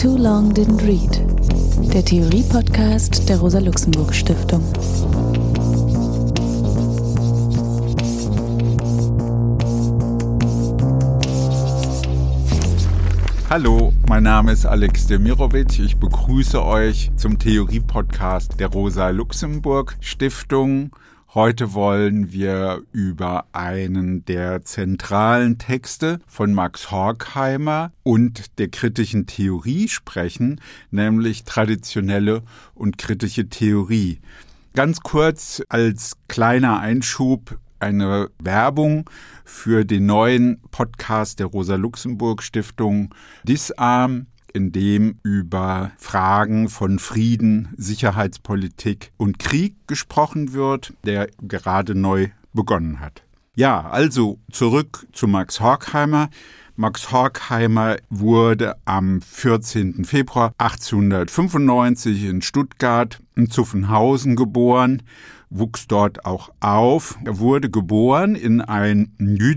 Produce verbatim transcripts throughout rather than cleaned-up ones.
Too Long Didn't Read, der Theorie-Podcast der Rosa-Luxemburg-Stiftung. Hallo, mein Name ist Alex Demirovic. Ich begrüße euch zum Theorie-Podcast der Rosa-Luxemburg-Stiftung. Heute wollen wir über einen der zentralen Texte von Max Horkheimer und der kritischen Theorie sprechen, nämlich traditionelle und kritische Theorie. Ganz kurz als kleiner Einschub eine Werbung für den neuen Podcast der Rosa-Luxemburg-Stiftung Disarm, in dem über Fragen von Frieden, Sicherheitspolitik und Krieg gesprochen wird, der gerade neu begonnen hat. Ja, also zurück zu Max Horkheimer. Max Horkheimer wurde am vierzehnten Februar achtzehnhundertfünfundneunzig in Stuttgart in Zuffenhausen geboren, wuchs dort auch auf. Er wurde geboren in ein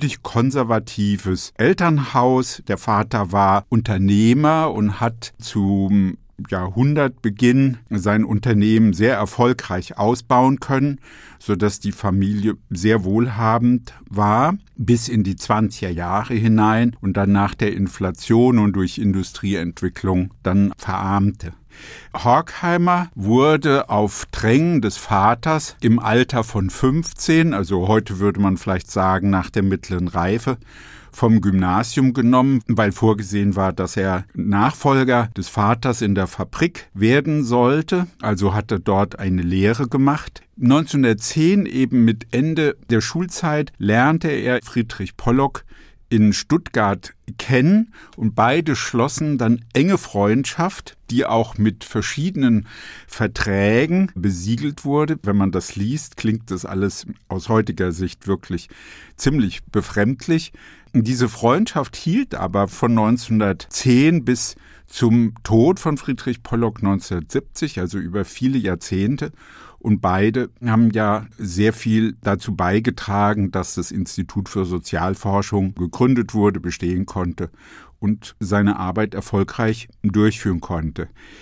jüdisch-konservatives Elternhaus. Der Vater war Unternehmer und hat zum Jahrhundertbeginn sein Unternehmen sehr erfolgreich ausbauen können, sodass die Familie sehr wohlhabend war, bis in die zwanziger Jahre hinein und dann nach der Inflation und durch Industrieentwicklung dann verarmte. Horkheimer wurde auf Drängen des Vaters im Alter von fünfzehn, also heute würde man vielleicht sagen nach der mittleren Reife, vom Gymnasium genommen, weil vorgesehen war, dass er Nachfolger des Vaters in der Fabrik werden sollte. Also hat er dort eine Lehre gemacht. neunzehnhundertzehn, eben mit Ende der Schulzeit, lernte er Friedrich Pollock in Stuttgart kennen und beide schlossen dann enge Freundschaft, die auch mit verschiedenen Verträgen besiegelt wurde. Wenn man das liest, klingt das alles aus heutiger Sicht wirklich ziemlich befremdlich. Diese Freundschaft hielt aber von neunzehnhundertzehn bis zum Tod von Friedrich Pollock neunzehnhundertsiebzig, also über viele Jahrzehnte. Und beide haben ja sehr viel dazu beigetragen, dass das Institut für Sozialforschung gegründet wurde, bestehen konnte und seine Arbeit erfolgreich durchführen konnte.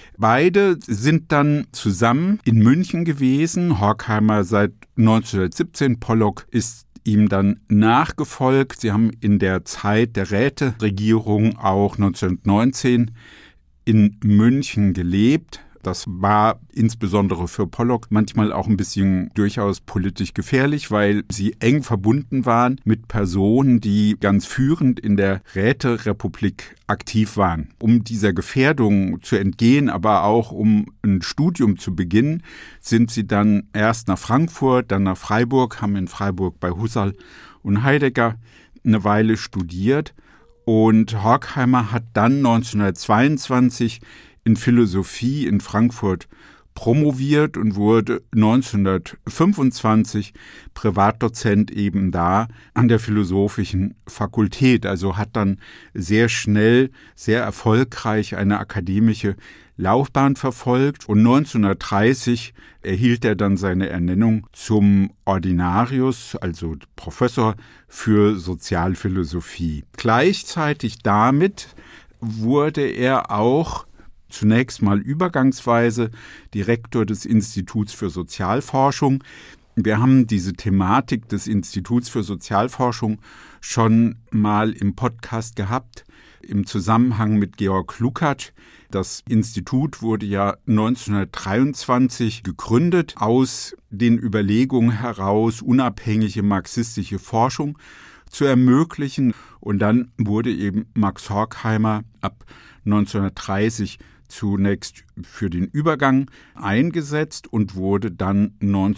Beide sind dann zusammen in München gewesen. Horkheimer seit neunzehnhundertsiebzehn, Pollock ist ihm dann nachgefolgt. Sie haben in der Zeit der Räteregierung auch neunzehnhundertneunzehn in München gelebt. Das war insbesondere für Pollock manchmal auch ein bisschen durchaus politisch gefährlich, weil sie eng verbunden waren mit Personen, die ganz führend in der Räterepublik aktiv waren. Um dieser Gefährdung zu entgehen, aber auch um ein Studium zu beginnen, sind sie dann erst nach Frankfurt, dann nach Freiburg, haben in Freiburg bei Husserl und Heidegger eine Weile studiert. Und Horkheimer hat dann neunzehnhundertzweiundzwanzig in Philosophie in Frankfurt promoviert und wurde neunzehnhundertfünfundzwanzig Privatdozent eben da an der Philosophischen Fakultät. Also hat dann sehr schnell, sehr erfolgreich eine akademische Laufbahn verfolgt und neunzehnhundertdreißig erhielt er dann seine Ernennung zum Ordinarius, also Professor für Sozialphilosophie. Gleichzeitig damit wurde er auch zunächst mal übergangsweise Direktor des Instituts für Sozialforschung. Wir haben diese Thematik des Instituts für Sozialforschung schon mal im Podcast gehabt, im Zusammenhang mit Georg Lukács. Das Institut wurde ja neunzehnhundertdreiundzwanzig gegründet, aus den Überlegungen heraus, unabhängige marxistische Forschung zu ermöglichen. Und dann wurde eben Max Horkheimer ab neunzehnhundertdreißig zunächst für den Übergang eingesetzt und wurde dann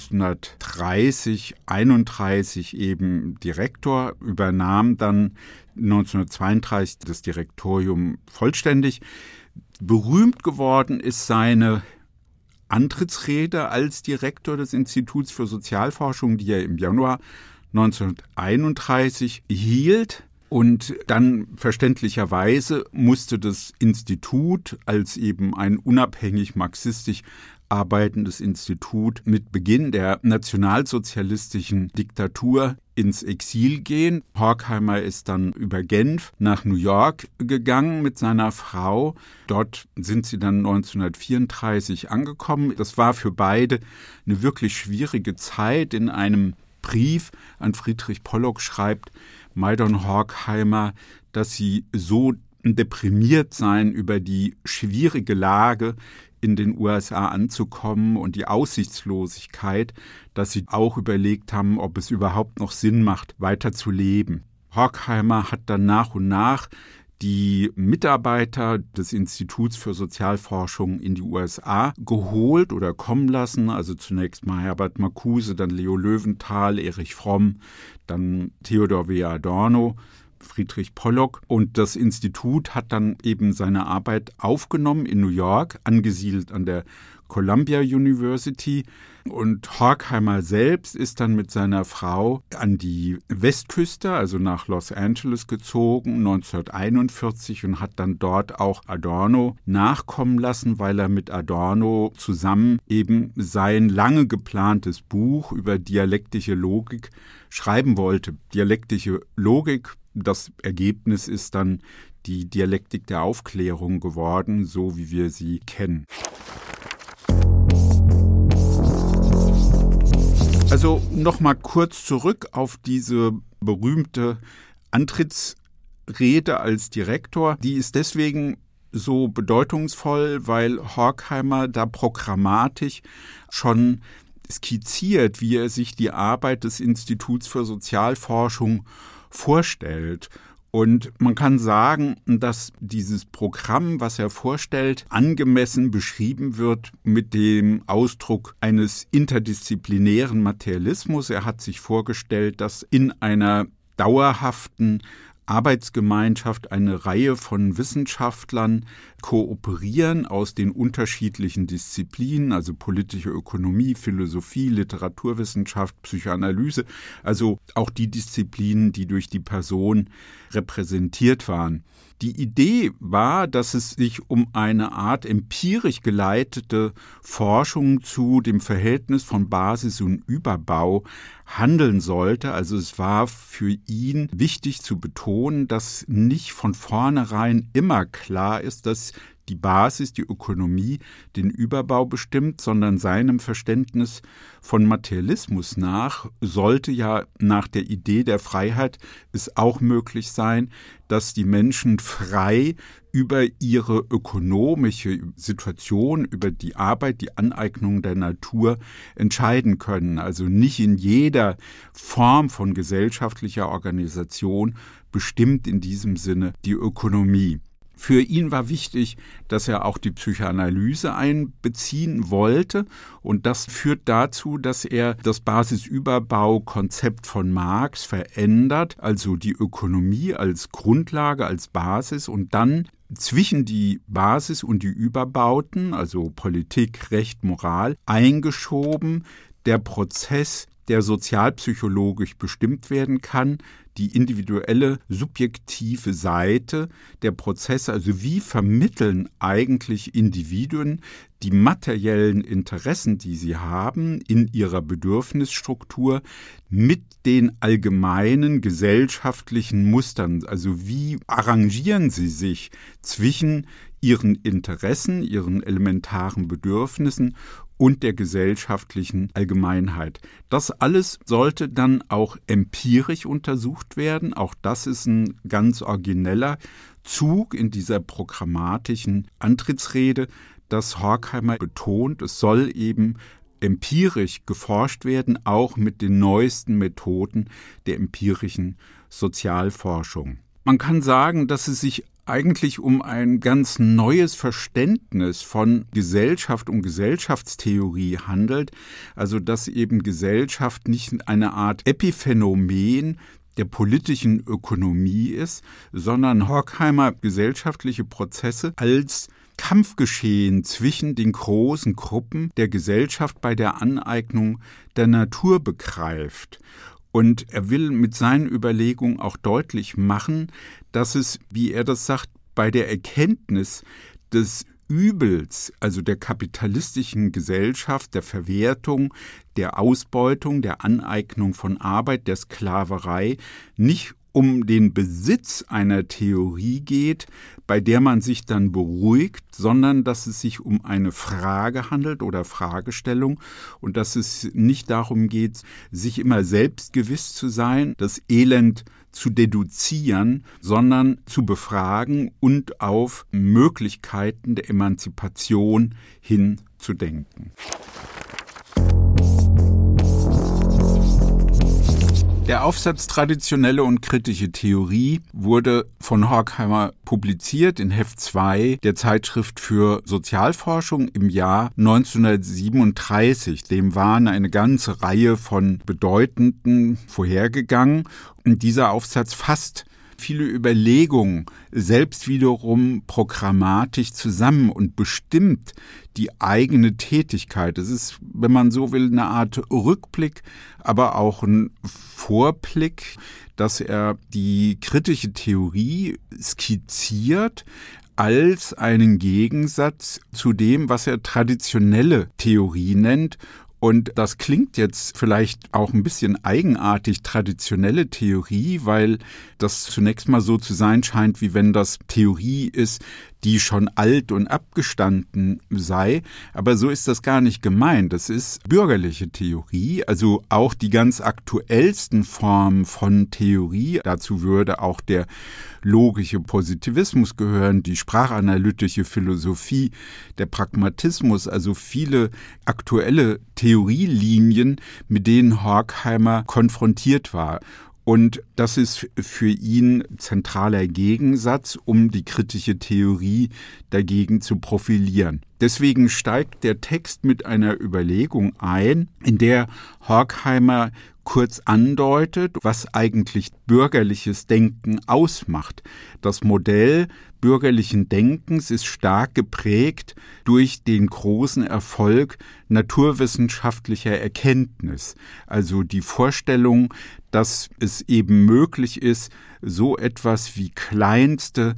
neunzehnhundertdreißig, einunddreißig eben Direktor, übernahm dann neunzehnhundertzweiunddreißig das Direktorium vollständig. Berühmt geworden ist seine Antrittsrede als Direktor des Instituts für Sozialforschung, die er im Januar neunzehnhunderteinunddreißig hielt. Und dann verständlicherweise musste das Institut als eben ein unabhängig marxistisch arbeitendes Institut mit Beginn der nationalsozialistischen Diktatur ins Exil gehen. Horkheimer ist dann über Genf nach New York gegangen mit seiner Frau. Dort sind sie dann neunzehnhundertvierunddreißig angekommen. Das war für beide eine wirklich schwierige Zeit. In einem Brief an Friedrich Pollock schreibt Maidon Horkheimer, dass sie so deprimiert seien über die schwierige Lage in den U S A anzukommen und die Aussichtslosigkeit, dass sie auch überlegt haben, ob es überhaupt noch Sinn macht, weiter zu leben. Horkheimer hat dann nach und nach die Mitarbeiter des Instituts für Sozialforschung in die U S A geholt oder kommen lassen. Also zunächst mal Herbert Marcuse, dann Leo Löwenthal, Erich Fromm, dann Theodor W. Adorno, Friedrich Pollock. Und das Institut hat dann eben seine Arbeit aufgenommen in New York, angesiedelt an der Columbia University. Und Horkheimer selbst ist dann mit seiner Frau an die Westküste, also nach Los Angeles gezogen, neunzehnhunderteinundvierzig, und hat dann dort auch Adorno nachkommen lassen, weil er mit Adorno zusammen eben sein lange geplantes Buch über dialektische Logik schreiben wollte. Dialektische Logik, das Ergebnis ist dann die Dialektik der Aufklärung geworden, so wie wir sie kennen. Also nochmal kurz zurück auf diese berühmte Antrittsrede als Direktor. Die ist deswegen so bedeutungsvoll, weil Horkheimer da programmatisch schon skizziert, wie er sich die Arbeit des Instituts für Sozialforschung vorstellt. Und man kann sagen, dass dieses Programm, was er vorstellt, angemessen beschrieben wird mit dem Ausdruck eines interdisziplinären Materialismus. Er hat sich vorgestellt, dass in einer dauerhaften Arbeitsgemeinschaft eine Reihe von Wissenschaftlern kooperieren aus den unterschiedlichen Disziplinen, also politische Ökonomie, Philosophie, Literaturwissenschaft, Psychoanalyse, also auch die Disziplinen, die durch die Person repräsentiert waren. Die Idee war, dass es sich um eine Art empirisch geleitete Forschung zu dem Verhältnis von Basis und Überbau handeln sollte. Also es war für ihn wichtig zu betonen, dass nicht von vornherein immer klar ist, dass die Basis, die Ökonomie, den Überbau bestimmt, sondern seinem Verständnis von Materialismus nach sollte ja nach der Idee der Freiheit es auch möglich sein, dass die Menschen frei über ihre ökonomische Situation, über die Arbeit, die Aneignung der Natur entscheiden können. Also nicht in jeder Form von gesellschaftlicher Organisation bestimmt in diesem Sinne die Ökonomie. Für ihn war wichtig, dass er auch die Psychoanalyse einbeziehen wollte, und das führt dazu, dass er das Basisüberbau-Konzept von Marx verändert, also die Ökonomie als Grundlage, als Basis, und dann zwischen die Basis und die Überbauten, also Politik, Recht, Moral, eingeschoben der Prozess, der sozialpsychologisch bestimmt werden kann, die individuelle, subjektive Seite der Prozesse, also wie vermitteln eigentlich Individuen die materiellen Interessen, die sie haben, in ihrer Bedürfnisstruktur mit den allgemeinen gesellschaftlichen Mustern, also wie arrangieren sie sich zwischen ihren Interessen, ihren elementaren Bedürfnissen und der gesellschaftlichen Allgemeinheit. Das alles sollte dann auch empirisch untersucht werden. Auch das ist ein ganz origineller Zug in dieser programmatischen Antrittsrede, dass Horkheimer betont, es soll eben empirisch geforscht werden, auch mit den neuesten Methoden der empirischen Sozialforschung. Man kann sagen, dass es sich eigentlich um ein ganz neues Verständnis von Gesellschaft und Gesellschaftstheorie handelt, also dass eben Gesellschaft nicht eine Art Epiphänomen der politischen Ökonomie ist, sondern Horkheimer gesellschaftliche Prozesse als Kampfgeschehen zwischen den großen Gruppen der Gesellschaft bei der Aneignung der Natur begreift. Und er will mit seinen Überlegungen auch deutlich machen, dass es, wie er das sagt, bei der Erkenntnis des Übels, also der kapitalistischen Gesellschaft, der Verwertung, der Ausbeutung, der Aneignung von Arbeit, der Sklaverei, nicht um den Besitz einer Theorie geht, bei der man sich dann beruhigt, sondern dass es sich um eine Frage handelt oder Fragestellung und dass es nicht darum geht, sich immer selbstgewiss zu sein, das Elend zu deduzieren, sondern zu befragen und auf Möglichkeiten der Emanzipation hinzudenken. Der Aufsatz Traditionelle und kritische Theorie wurde von Horkheimer publiziert in Heft zwei der Zeitschrift für Sozialforschung im Jahr neunzehnhundertsiebenunddreißig. Dem waren eine ganze Reihe von Bedeutenden vorhergegangen. Und dieser Aufsatz fasst viele Überlegungen selbst wiederum programmatisch zusammen und bestimmt die eigene Tätigkeit. Es ist, wenn man so will, eine Art Rückblick, aber auch ein Vorblick, dass er die kritische Theorie skizziert als einen Gegensatz zu dem, was er traditionelle Theorie nennt. Und das klingt jetzt vielleicht auch ein bisschen eigenartig, traditionelle Theorie, weil das zunächst mal so zu sein scheint, wie wenn das Theorie ist, die schon alt und abgestanden sei. Aber so ist das gar nicht gemeint. Das ist bürgerliche Theorie, also auch die ganz aktuellsten Formen von Theorie. Dazu würde auch der logische Positivismus gehören, die sprachanalytische Philosophie, der Pragmatismus, also viele aktuelle Theorielinien, mit denen Horkheimer konfrontiert war. Und das ist für ihn zentraler Gegensatz, um die kritische Theorie dagegen zu profilieren. Deswegen steigt der Text mit einer Überlegung ein, in der Horkheimer kurz andeutet, was eigentlich bürgerliches Denken ausmacht. Das Modell bürgerlichen Denkens ist stark geprägt durch den großen Erfolg naturwissenschaftlicher Erkenntnis. Also die Vorstellung, dass es eben möglich ist, so etwas wie kleinste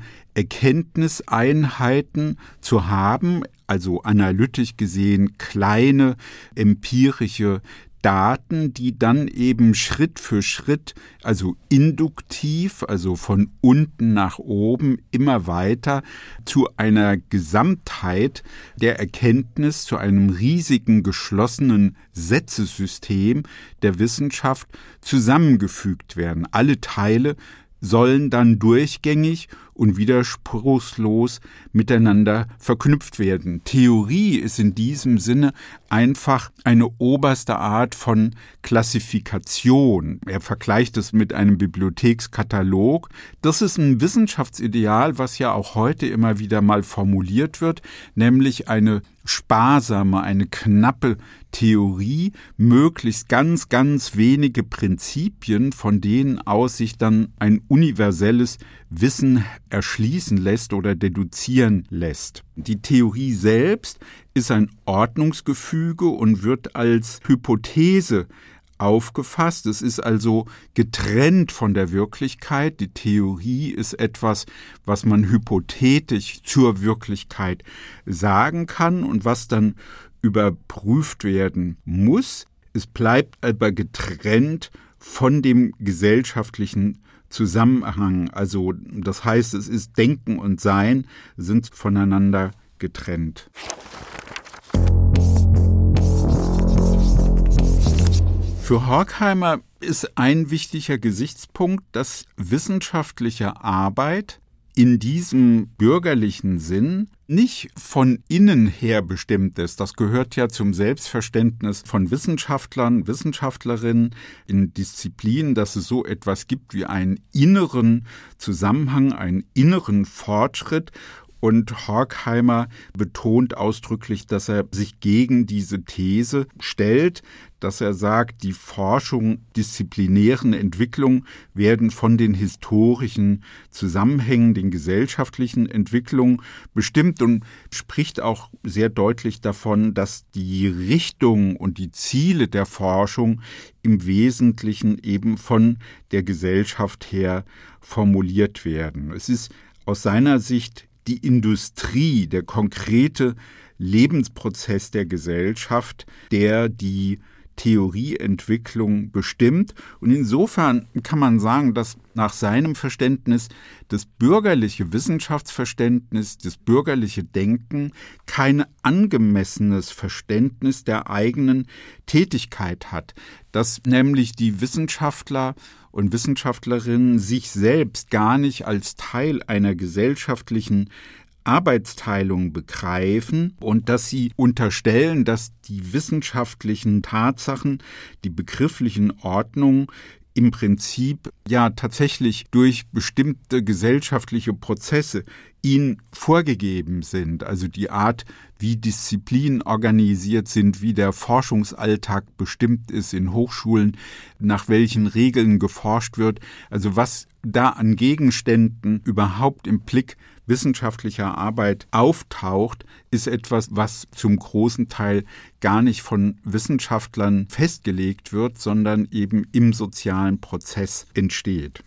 Erkenntniseinheiten zu haben, also analytisch gesehen kleine empirische Daten, die dann eben Schritt für Schritt, also induktiv, also von unten nach oben, immer weiter zu einer Gesamtheit der Erkenntnis, zu einem riesigen geschlossenen Sätzesystem der Wissenschaft zusammengefügt werden. Alle Teile sollen dann durchgängig und widerspruchslos miteinander verknüpft werden. Theorie ist in diesem Sinne einfach eine oberste Art von Klassifikation. Er vergleicht es mit einem Bibliothekskatalog. Das ist ein Wissenschaftsideal, was ja auch heute immer wieder mal formuliert wird, nämlich eine sparsame, eine knappe Theorie, möglichst ganz, ganz wenige Prinzipien, von denen aus sich dann ein universelles Wissen erschließen lässt oder deduzieren lässt. Die Theorie selbst ist ein Ordnungsgefüge und wird als Hypothese aufgefasst. Es ist also getrennt von der Wirklichkeit. Die Theorie ist etwas, was man hypothetisch zur Wirklichkeit sagen kann und was dann überprüft werden muss. Es bleibt aber getrennt von dem gesellschaftlichen Zusammenhang. Also das heißt, es ist Denken und Sein sind voneinander getrennt. Für Horkheimer ist ein wichtiger Gesichtspunkt, dass wissenschaftliche Arbeit in diesem bürgerlichen Sinn nicht von innen her bestimmt ist. Das gehört ja zum Selbstverständnis von Wissenschaftlern, Wissenschaftlerinnen in Disziplinen, dass es so etwas gibt wie einen inneren Zusammenhang, einen inneren Fortschritt. Und Horkheimer betont ausdrücklich, dass er sich gegen diese These stellt, dass er sagt, die Forschung disziplinären Entwicklungen werden von den historischen Zusammenhängen, den gesellschaftlichen Entwicklungen bestimmt und spricht auch sehr deutlich davon, dass die Richtung und die Ziele der Forschung im Wesentlichen eben von der Gesellschaft her formuliert werden. Es ist aus seiner Sicht die Industrie, der konkrete Lebensprozess der Gesellschaft, der die Theorieentwicklung bestimmt. Und insofern kann man sagen, dass nach seinem Verständnis das bürgerliche Wissenschaftsverständnis, das bürgerliche Denken kein angemessenes Verständnis der eigenen Tätigkeit hat, dass nämlich die Wissenschaftler und Wissenschaftlerinnen sich selbst gar nicht als Teil einer gesellschaftlichen Arbeitsteilung begreifen und dass sie unterstellen, dass die wissenschaftlichen Tatsachen, die begrifflichen Ordnungen im Prinzip ja tatsächlich durch bestimmte gesellschaftliche Prozesse ihnen vorgegeben sind. Also die Art, wie Disziplinen organisiert sind, wie der Forschungsalltag bestimmt ist in Hochschulen, nach welchen Regeln geforscht wird. Also was da an Gegenständen überhaupt im Blick wissenschaftlicher Arbeit auftaucht, ist etwas, was zum großen Teil gar nicht von Wissenschaftlern festgelegt wird, sondern eben im sozialen Prozess entsteht.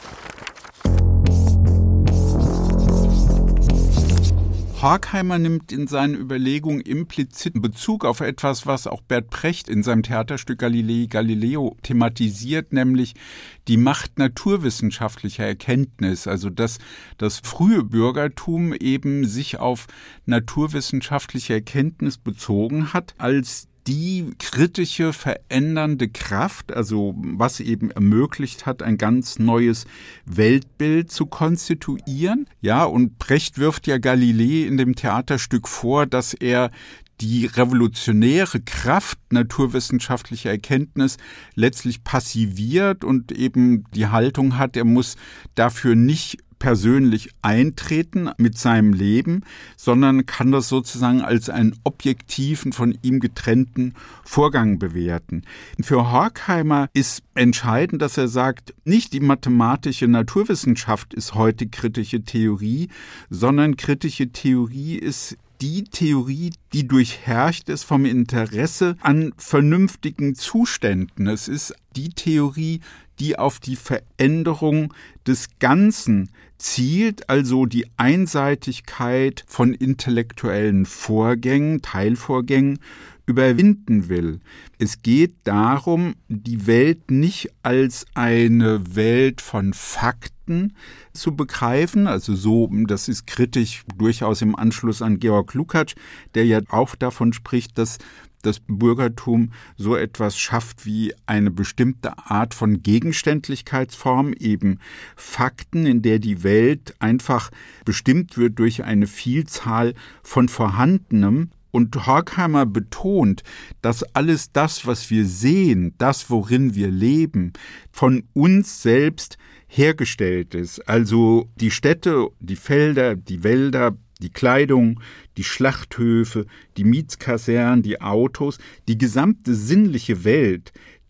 Horkheimer nimmt in seinen Überlegungen implizit Bezug auf etwas, was auch Bert Brecht in seinem Theaterstück Galilei Galileo thematisiert, nämlich die Macht naturwissenschaftlicher Erkenntnis, also dass das frühe Bürgertum eben sich auf naturwissenschaftliche Erkenntnis bezogen hat, als die kritische, verändernde Kraft, also was eben ermöglicht hat, ein ganz neues Weltbild zu konstituieren. Ja, und Brecht wirft ja Galilei in dem Theaterstück vor, dass er die revolutionäre Kraft naturwissenschaftlicher Erkenntnis letztlich passiviert und eben die Haltung hat, er muss dafür nicht persönlich eintreten mit seinem Leben, sondern kann das sozusagen als einen objektiven, von ihm getrennten Vorgang bewerten. Für Horkheimer ist entscheidend, dass er sagt, nicht die mathematische Naturwissenschaft ist heute kritische Theorie, sondern kritische Theorie ist die Theorie, die durchherrscht ist vom Interesse an vernünftigen Zuständen. Es ist die Theorie, die auf die Veränderung des Ganzen zielt, also die Einseitigkeit von intellektuellen Vorgängen, Teilvorgängen, überwinden will. Es geht darum, die Welt nicht als eine Welt von Fakten zu begreifen, also so, das ist kritisch durchaus im Anschluss an Georg Lukács, der ja auch davon spricht, dass das Bürgertum so etwas schafft wie eine bestimmte Art von Gegenständlichkeitsform, eben Fakten, in der die Welt einfach bestimmt wird durch eine Vielzahl von Vorhandenem. Und Horkheimer betont, dass alles das, was wir sehen, das, worin wir leben, von uns selbst hergestellt ist. Also die Städte, die Felder, die Wälder, die Kleidung, die Schlachthöfe, die Mietskasernen, die Autos, die gesamte sinnliche Welt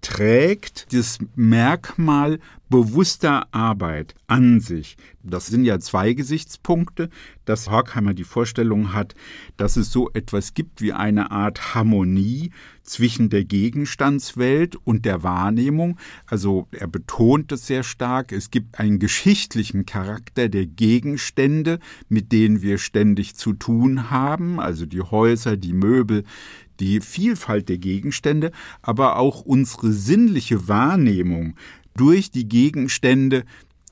trägt das Merkmal bewusster Arbeit an sich. Das sind ja zwei Gesichtspunkte, dass Horkheimer die Vorstellung hat, dass es so etwas gibt wie eine Art Harmonie zwischen der Gegenstandswelt und der Wahrnehmung. Also er betont es sehr stark, es gibt einen geschichtlichen Charakter der Gegenstände, mit denen wir ständig zu tun haben, also die Häuser, die Möbel, die Vielfalt der Gegenstände, aber auch unsere sinnliche Wahrnehmung durch die Gegenstände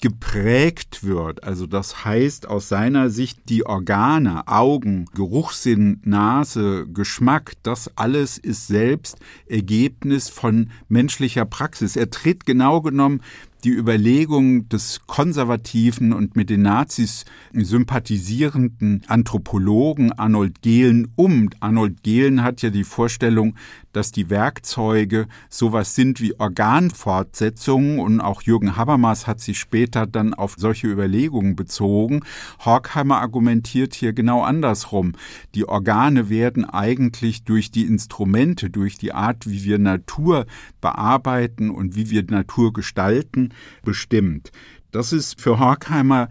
geprägt wird. Also das heißt aus seiner Sicht die Organe, Augen, Geruchssinn, Nase, Geschmack, das alles ist selbst Ergebnis von menschlicher Praxis. Er tritt genau genommen die Überlegung des konservativen und mit den Nazis sympathisierenden Anthropologen Arnold Gehlen um. Arnold Gehlen hat ja die Vorstellung, dass die Werkzeuge sowas sind wie Organfortsetzungen, und auch Jürgen Habermas hat sich später dann auf solche Überlegungen bezogen. Horkheimer argumentiert hier genau andersrum. Die Organe werden eigentlich durch die Instrumente, durch die Art, wie wir Natur bearbeiten und wie wir Natur gestalten, bestimmt. Das ist für Horkheimer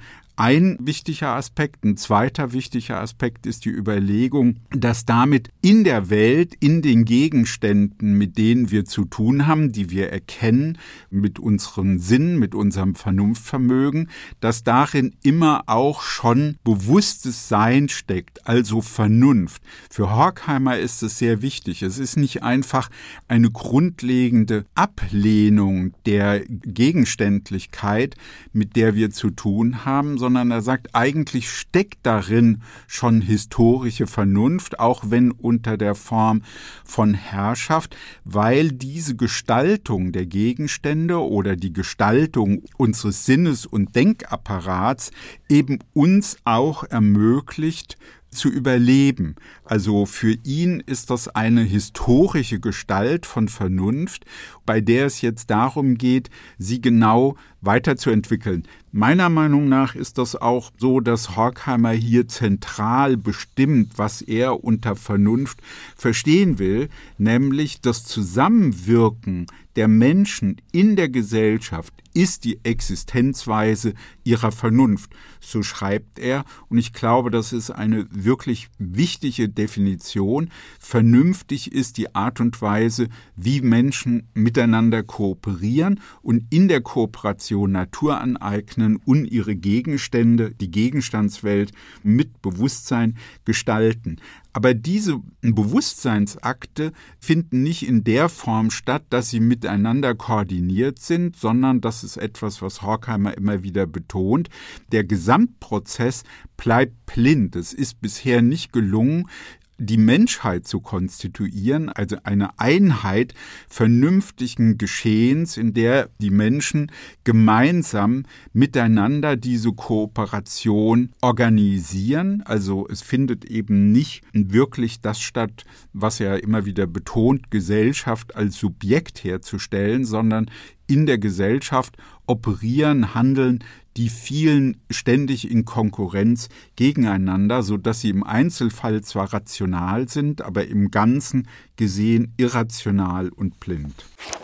ein wichtiger Aspekt. Ein zweiter wichtiger Aspekt ist die Überlegung, dass damit in der Welt, in den Gegenständen, mit denen wir zu tun haben, die wir erkennen, mit unserem Sinn, mit unserem Vernunftvermögen, dass darin immer auch schon bewusstes Sein steckt, also Vernunft. Für Horkheimer ist es sehr wichtig. Es ist nicht einfach eine grundlegende Ablehnung der Gegenständlichkeit, mit der wir zu tun haben, sondern er sagt, eigentlich steckt darin schon historische Vernunft, auch wenn unter der Form von Herrschaft, weil diese Gestaltung der Gegenstände oder die Gestaltung unseres Sinnes- und Denkapparats eben uns auch ermöglicht, zu überleben. Also für ihn ist das eine historische Gestalt von Vernunft, bei der es jetzt darum geht, sie genau weiterzuentwickeln. Meiner Meinung nach ist das auch so, dass Horkheimer hier zentral bestimmt, was er unter Vernunft verstehen will, nämlich das Zusammenwirken der Menschen in der Gesellschaft ist die Existenzweise ihrer Vernunft. So schreibt er, und ich glaube, das ist eine wirklich wichtige Definition. Vernünftig ist die Art und Weise, wie Menschen miteinander kooperieren und in der Kooperation Natur aneignen und ihre Gegenstände, die Gegenstandswelt mit Bewusstsein gestalten. Aber diese Bewusstseinsakte finden nicht in der Form statt, dass sie miteinander koordiniert sind, sondern das ist etwas, was Horkheimer immer wieder betont. Der Gesamtprozess bleibt blind. Es ist bisher nicht gelungen, die Menschheit zu konstituieren, also eine Einheit vernünftigen Geschehens, in der die Menschen gemeinsam miteinander diese Kooperation organisieren. Also es findet eben nicht wirklich das statt, was er immer wieder betont, Gesellschaft als Subjekt herzustellen, sondern in der Gesellschaft operieren, handeln die vielen ständig in Konkurrenz gegeneinander, sodass sie im Einzelfall zwar rational sind, aber im Ganzen gesehen irrational und blind.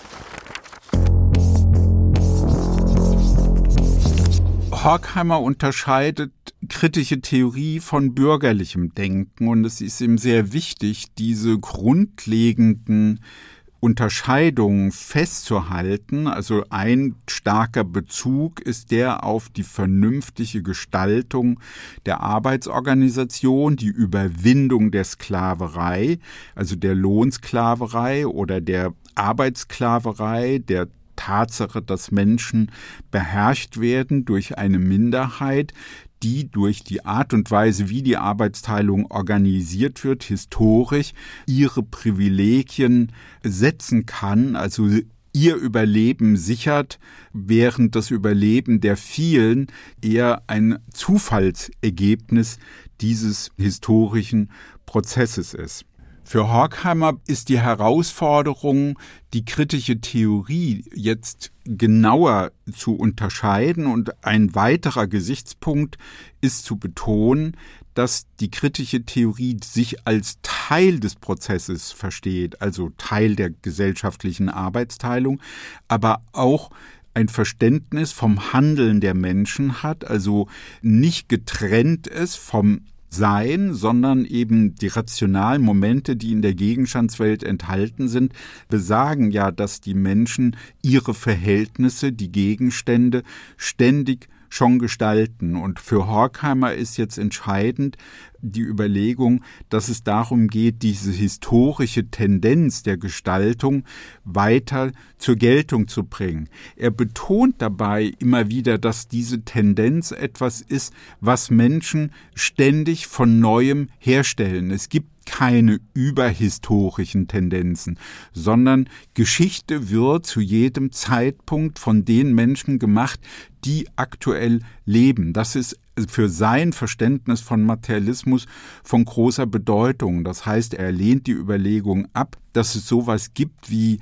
Horkheimer unterscheidet kritische Theorie von bürgerlichem Denken, und es ist ihm sehr wichtig, diese grundlegenden Unterscheidungen festzuhalten. Also ein starker Bezug ist der auf die vernünftige Gestaltung der Arbeitsorganisation, die Überwindung der Sklaverei, also der Lohnsklaverei oder der Arbeitssklaverei, der Tatsache, dass Menschen beherrscht werden durch eine Minderheit, die durch die Art und Weise, wie die Arbeitsteilung organisiert wird, historisch ihre Privilegien setzen kann, also ihr Überleben sichert, während das Überleben der vielen eher ein Zufallsergebnis dieses historischen Prozesses ist. Für Horkheimer ist die Herausforderung, die kritische Theorie jetzt genauer zu unterscheiden, und ein weiterer Gesichtspunkt ist zu betonen, dass die kritische Theorie sich als Teil des Prozesses versteht, also Teil der gesellschaftlichen Arbeitsteilung, aber auch ein Verständnis vom Handeln der Menschen hat, also nicht getrennt ist vom Sein, sondern eben die rationalen Momente, die in der Gegenstandswelt enthalten sind, besagen ja, dass die Menschen ihre Verhältnisse, die Gegenstände ständig schon gestalten. Und für Horkheimer ist jetzt entscheidend die Überlegung, dass es darum geht, diese historische Tendenz der Gestaltung weiter zur Geltung zu bringen. Er betont dabei immer wieder, dass diese Tendenz etwas ist, was Menschen ständig von Neuem herstellen. Es gibt keine überhistorischen Tendenzen, sondern Geschichte wird zu jedem Zeitpunkt von den Menschen gemacht, die aktuell leben. Das ist für sein Verständnis von Materialismus von großer Bedeutung. Das heißt, er lehnt die Überlegung ab, dass es sowas gibt wie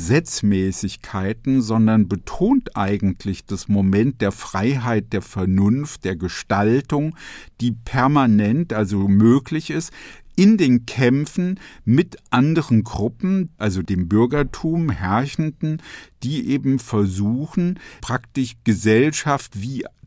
Gesetzmäßigkeiten, sondern betont eigentlich das Moment der Freiheit, der Vernunft, der Gestaltung, die permanent, also möglich ist, in den Kämpfen mit anderen Gruppen, also dem Bürgertum, Herrschenden, die eben versuchen, praktisch Gesellschaft wie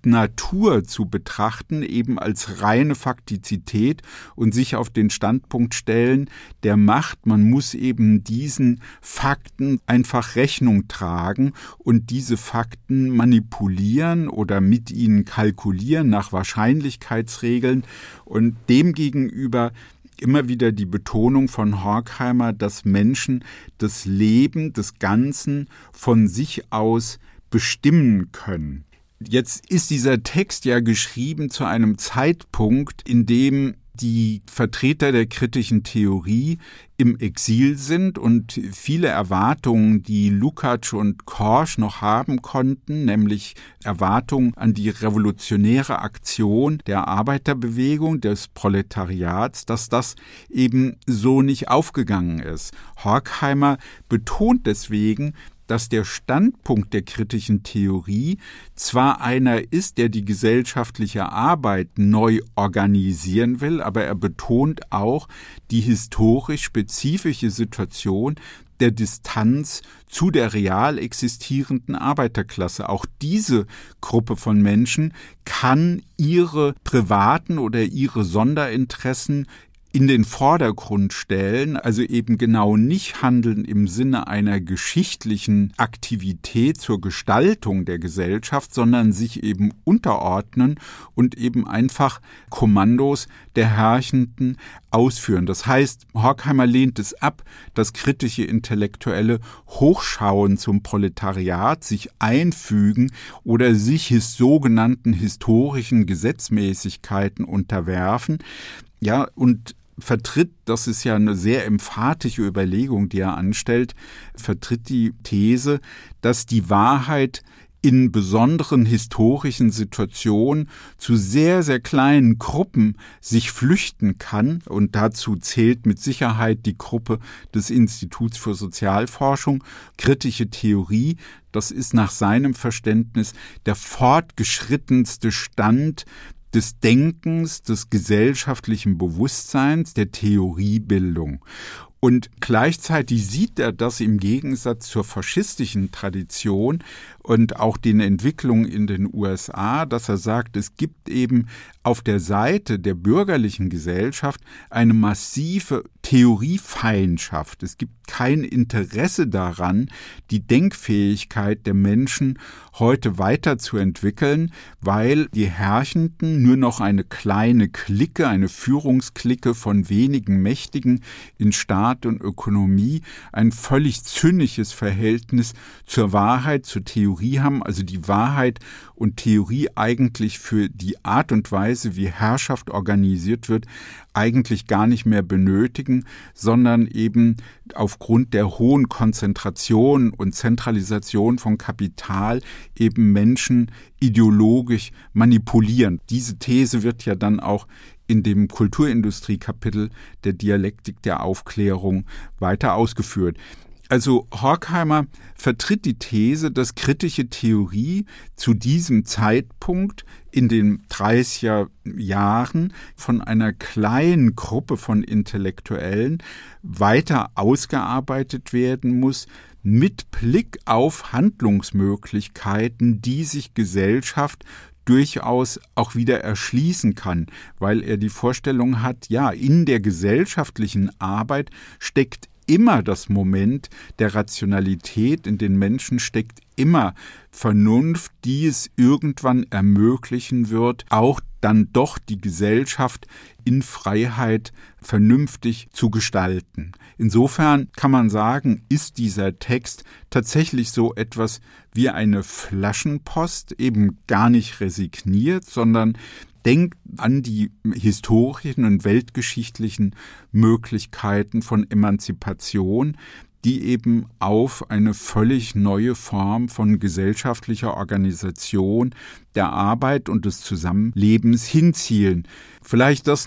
Natur zu betrachten, eben als reine Faktizität und sich auf den Standpunkt stellen, der Macht, man muss eben diesen Fakten einfach Rechnung tragen und diese Fakten manipulieren oder mit ihnen kalkulieren nach Wahrscheinlichkeitsregeln und demgegenüber immer wieder die Betonung von Horkheimer, dass Menschen das Leben des Ganzen von sich aus bestimmen können. Jetzt ist dieser Text ja geschrieben zu einem Zeitpunkt, in dem die Vertreter der kritischen Theorie im Exil sind und viele Erwartungen, die Lukács und Korsch noch haben konnten, nämlich Erwartungen an die revolutionäre Aktion der Arbeiterbewegung, des Proletariats, dass das eben so nicht aufgegangen ist. Horkheimer betont deswegen, dass der Standpunkt der kritischen Theorie zwar einer ist, der die gesellschaftliche Arbeit neu organisieren will, aber er betont auch die historisch spezifische Situation der Distanz zu der real existierenden Arbeiterklasse. Auch diese Gruppe von Menschen kann ihre privaten oder ihre Sonderinteressen in den Vordergrund stellen, also eben genau nicht handeln im Sinne einer geschichtlichen Aktivität zur Gestaltung der Gesellschaft, sondern sich eben unterordnen und eben einfach Kommandos der Herrschenden ausführen. Das heißt, Horkheimer lehnt es ab, dass kritische Intellektuelle hochschauen zum Proletariat, sich einfügen oder sich his sogenannten historischen Gesetzmäßigkeiten unterwerfen. Ja, und vertritt, das ist ja eine sehr emphatische Überlegung, die er anstellt, vertritt die These, dass die Wahrheit in besonderen historischen Situationen zu sehr, sehr kleinen Gruppen sich flüchten kann. Und dazu zählt mit Sicherheit die Gruppe des Instituts für Sozialforschung. Kritische Theorie, das ist nach seinem Verständnis der fortgeschrittenste Stand des Denkens, des gesellschaftlichen Bewusstseins, der Theoriebildung. Und gleichzeitig sieht er das im Gegensatz zur faschistischen Tradition und auch den Entwicklungen in den U S A, dass er sagt, es gibt eben auf der Seite der bürgerlichen Gesellschaft eine massive Theoriefeindschaft. Es gibt kein Interesse daran, die Denkfähigkeit der Menschen heute weiterzuentwickeln, weil die Herrschenden nur noch eine kleine Clique, eine Führungsklicke von wenigen Mächtigen in Staat und Ökonomie ein völlig zynisches Verhältnis zur Wahrheit, zur Theorie haben, also die Wahrheit und Theorie eigentlich für die Art und Weise, wie Herrschaft organisiert wird, eigentlich gar nicht mehr benötigen, sondern eben aufgrund der hohen Konzentration und Zentralisation von Kapital eben Menschen ideologisch manipulieren. Diese These wird ja dann auch in dem Kulturindustrie-Kapitel der Dialektik der Aufklärung weiter ausgeführt. Also Horkheimer vertritt die These, dass kritische Theorie zu diesem Zeitpunkt in den dreißiger Jahren von einer kleinen Gruppe von Intellektuellen weiter ausgearbeitet werden muss, mit Blick auf Handlungsmöglichkeiten, die sich Gesellschaft durchaus auch wieder erschließen kann, weil er die Vorstellung hat, ja, in der gesellschaftlichen Arbeit steckt immer das Moment der Rationalität, in den Menschen steckt immer Vernunft, die es irgendwann ermöglichen wird, auch dann doch die Gesellschaft in Freiheit vernünftig zu gestalten. Insofern kann man sagen, ist dieser Text tatsächlich so etwas wie eine Flaschenpost, eben gar nicht resigniert, sondern denkt an die historischen und weltgeschichtlichen Möglichkeiten von Emanzipation, die eben auf eine völlig neue Form von gesellschaftlicher Organisation der Arbeit und des Zusammenlebens hinzielen. Vielleicht das noch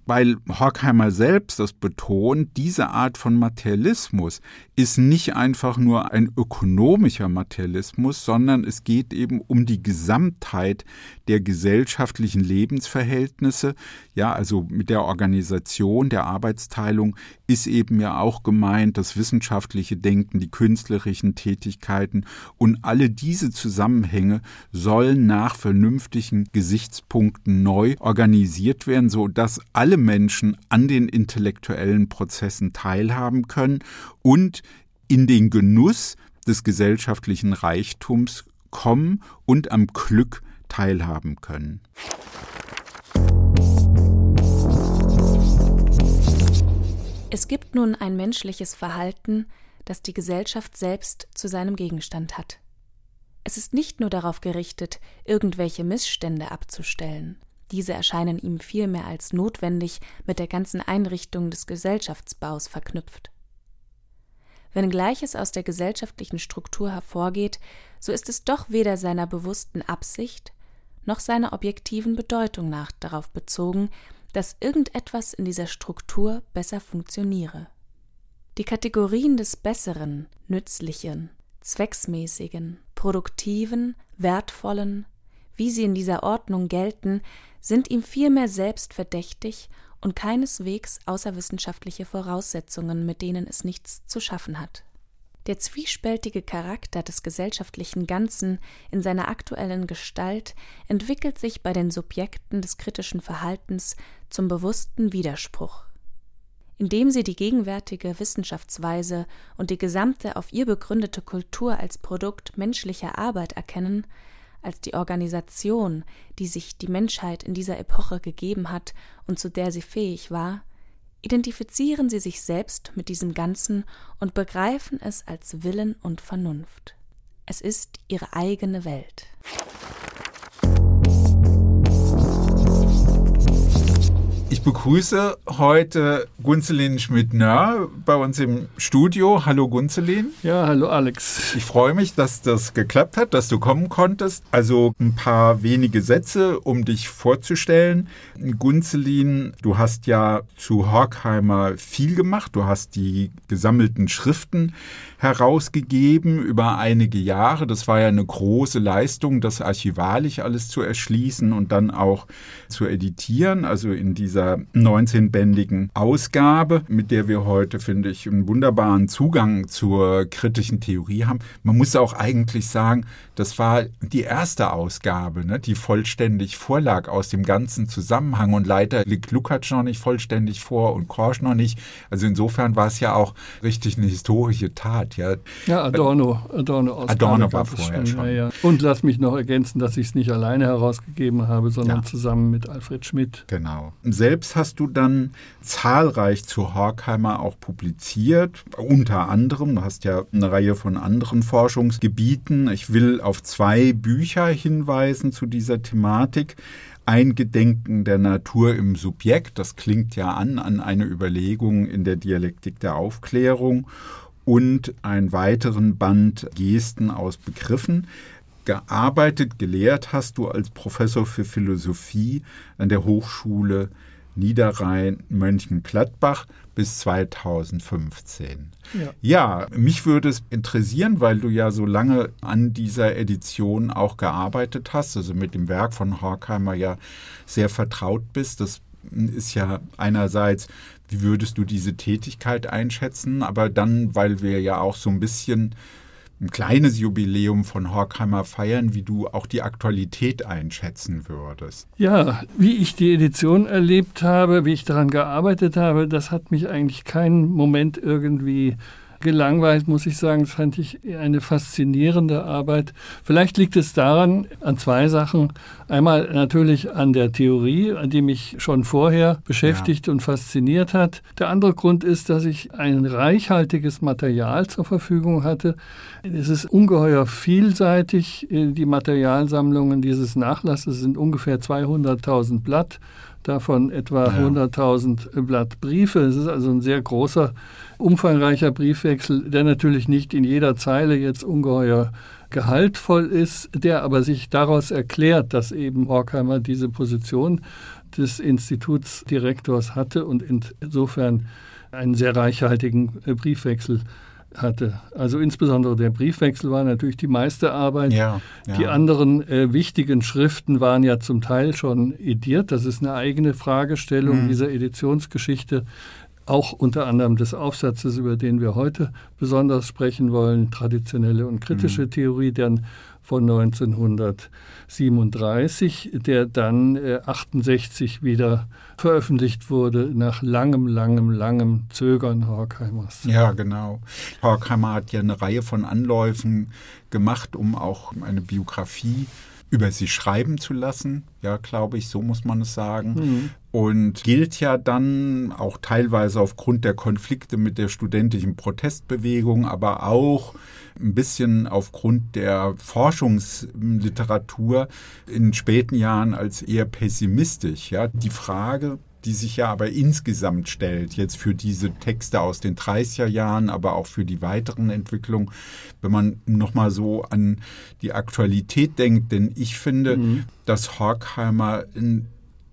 weil Horkheimer selbst das betont, diese Art von Materialismus ist nicht einfach nur ein ökonomischer Materialismus, sondern es geht eben um die Gesamtheit der gesellschaftlichen Lebensverhältnisse. Ja, also mit der Organisation, der Arbeitsteilung ist eben ja auch gemeint das wissenschaftliche Denken, die künstlerischen Tätigkeiten und alle diese Zusammenhänge sollen nach vernünftigen Gesichtspunkten neu organisiert werden, sodass alle Menschen an den intellektuellen Prozessen teilhaben können und in den Genuss des gesellschaftlichen Reichtums kommen und am Glück teilhaben können. Es gibt nun ein menschliches Verhalten, das die Gesellschaft selbst zu seinem Gegenstand hat. Es ist nicht nur darauf gerichtet, irgendwelche Missstände abzustellen. Diese erscheinen ihm vielmehr als notwendig mit der ganzen Einrichtung des Gesellschaftsbaus verknüpft. Wenngleich es aus der gesellschaftlichen Struktur hervorgeht, so ist es doch weder seiner bewussten Absicht noch seiner objektiven Bedeutung nach darauf bezogen, dass irgendetwas in dieser Struktur besser funktioniere. Die Kategorien des Besseren, Nützlichen, Zwecksmäßigen, Produktiven, Wertvollen, wie sie in dieser Ordnung gelten, sind ihm vielmehr selbst verdächtig und keineswegs außerwissenschaftliche Voraussetzungen, mit denen es nichts zu schaffen hat. Der zwiespältige Charakter des gesellschaftlichen Ganzen in seiner aktuellen Gestalt entwickelt sich bei den Subjekten des kritischen Verhaltens zum bewussten Widerspruch. Indem sie die gegenwärtige Wissenschaftsweise und die gesamte auf ihr begründete Kultur als Produkt menschlicher Arbeit erkennen, als die Organisation, die sich die Menschheit in dieser Epoche gegeben hat und zu der sie fähig war, identifizieren sie sich selbst mit diesem Ganzen und begreifen es als Willen und Vernunft. Es ist ihre eigene Welt. Ich begrüße heute Gunzelin Schmidt-Nörr bei uns im Studio. Hallo Gunzelin. Ja, hallo Alex. Ich freue mich, dass das geklappt hat, dass du kommen konntest. Also ein paar wenige Sätze, um dich vorzustellen. Gunzelin, du hast ja zu Horkheimer viel gemacht. Du hast die gesammelten Schriften herausgegeben über einige Jahre. Das war ja eine große Leistung, das archivalisch alles zu erschließen und dann auch zu editieren. Also in dieser neunzehnbändigen Ausgabe, mit der wir heute, finde ich, einen wunderbaren Zugang zur kritischen Theorie haben. Man muss auch eigentlich sagen, das war die erste Ausgabe, ne, die vollständig vorlag aus dem ganzen Zusammenhang und leider liegt Lukács noch nicht vollständig vor und Korsch noch nicht. Also insofern war es ja auch richtig eine historische Tat. Ja, ja Adorno. Adorno, Adorno war vorher schon. schon. Ja, ja. Und lass mich noch ergänzen, dass ich es nicht alleine herausgegeben habe, sondern ja. zusammen mit Alfred Schmidt. Genau. Selbst hast du dann zahlreich zu Horkheimer auch publiziert, unter anderem, du hast ja eine Reihe von anderen Forschungsgebieten. Ich will auf zwei Bücher hinweisen zu dieser Thematik. Ein Gedenken der Natur im Subjekt, das klingt ja an, an eine Überlegung in der Dialektik der Aufklärung, und einen weiteren Band Gesten aus Begriffen. Gearbeitet, gelehrt hast du als Professor für Philosophie an der Hochschule Niederrhein-Mönchengladbach bis zweitausendfünfzehn. Ja. ja, mich würde es interessieren, weil du ja so lange an dieser Edition auch gearbeitet hast, also mit dem Werk von Horkheimer ja sehr vertraut bist. Das ist ja einerseits, wie würdest du diese Tätigkeit einschätzen, aber dann, weil wir ja auch so ein bisschen ein kleines Jubiläum von Horkheimer feiern, wie du auch die Aktualität einschätzen würdest. Ja, wie ich die Edition erlebt habe, wie ich daran gearbeitet habe, das hat mich eigentlich keinen Moment irgendwie gelangweilt, muss ich sagen. Das fand ich eine faszinierende Arbeit. Vielleicht liegt es daran, an zwei Sachen. Einmal natürlich an der Theorie, an die mich schon vorher beschäftigt ja. und fasziniert hat. Der andere Grund ist, dass ich ein reichhaltiges Material zur Verfügung hatte. Es ist ungeheuer vielseitig. Die Materialsammlungen dieses Nachlasses sind ungefähr zweihunderttausend Blatt. Davon etwa ja. hunderttausend Blatt Briefe. Es ist also ein sehr großer, umfangreicher Briefwechsel, der natürlich nicht in jeder Zeile jetzt ungeheuer gehaltvoll ist, der aber sich daraus erklärt, dass eben Horkheimer diese Position des Institutsdirektors hatte und insofern einen sehr reichhaltigen Briefwechsel hatte. Also insbesondere der Briefwechsel war natürlich die meiste Arbeit. Ja, ja. Die anderen äh, wichtigen Schriften waren ja zum Teil schon ediert. Das ist eine eigene Fragestellung mhm. dieser Editionsgeschichte. Auch unter anderem des Aufsatzes, über den wir heute besonders sprechen wollen, traditionelle und kritische mhm. Theorie, dann von neunzehnhundertsiebenunddreißig, der dann äh, achtundsechzig wieder veröffentlicht wurde, nach langem, langem, langem Zögern Horkheimers. Ja, genau. Horkheimer hat ja eine Reihe von Anläufen gemacht, um auch eine Biografie über sie schreiben zu lassen, ja, glaube ich, so muss man es sagen. Mhm. Und gilt ja dann auch teilweise aufgrund der Konflikte mit der studentischen Protestbewegung, aber auch ein bisschen aufgrund der Forschungsliteratur in späten Jahren als eher pessimistisch. Ja, die Frage, die sich ja aber insgesamt stellt, jetzt für diese Texte aus den dreißiger Jahren, aber auch für die weiteren Entwicklungen, wenn man nochmal so an die Aktualität denkt, denn ich finde, mhm. dass Horkheimer ein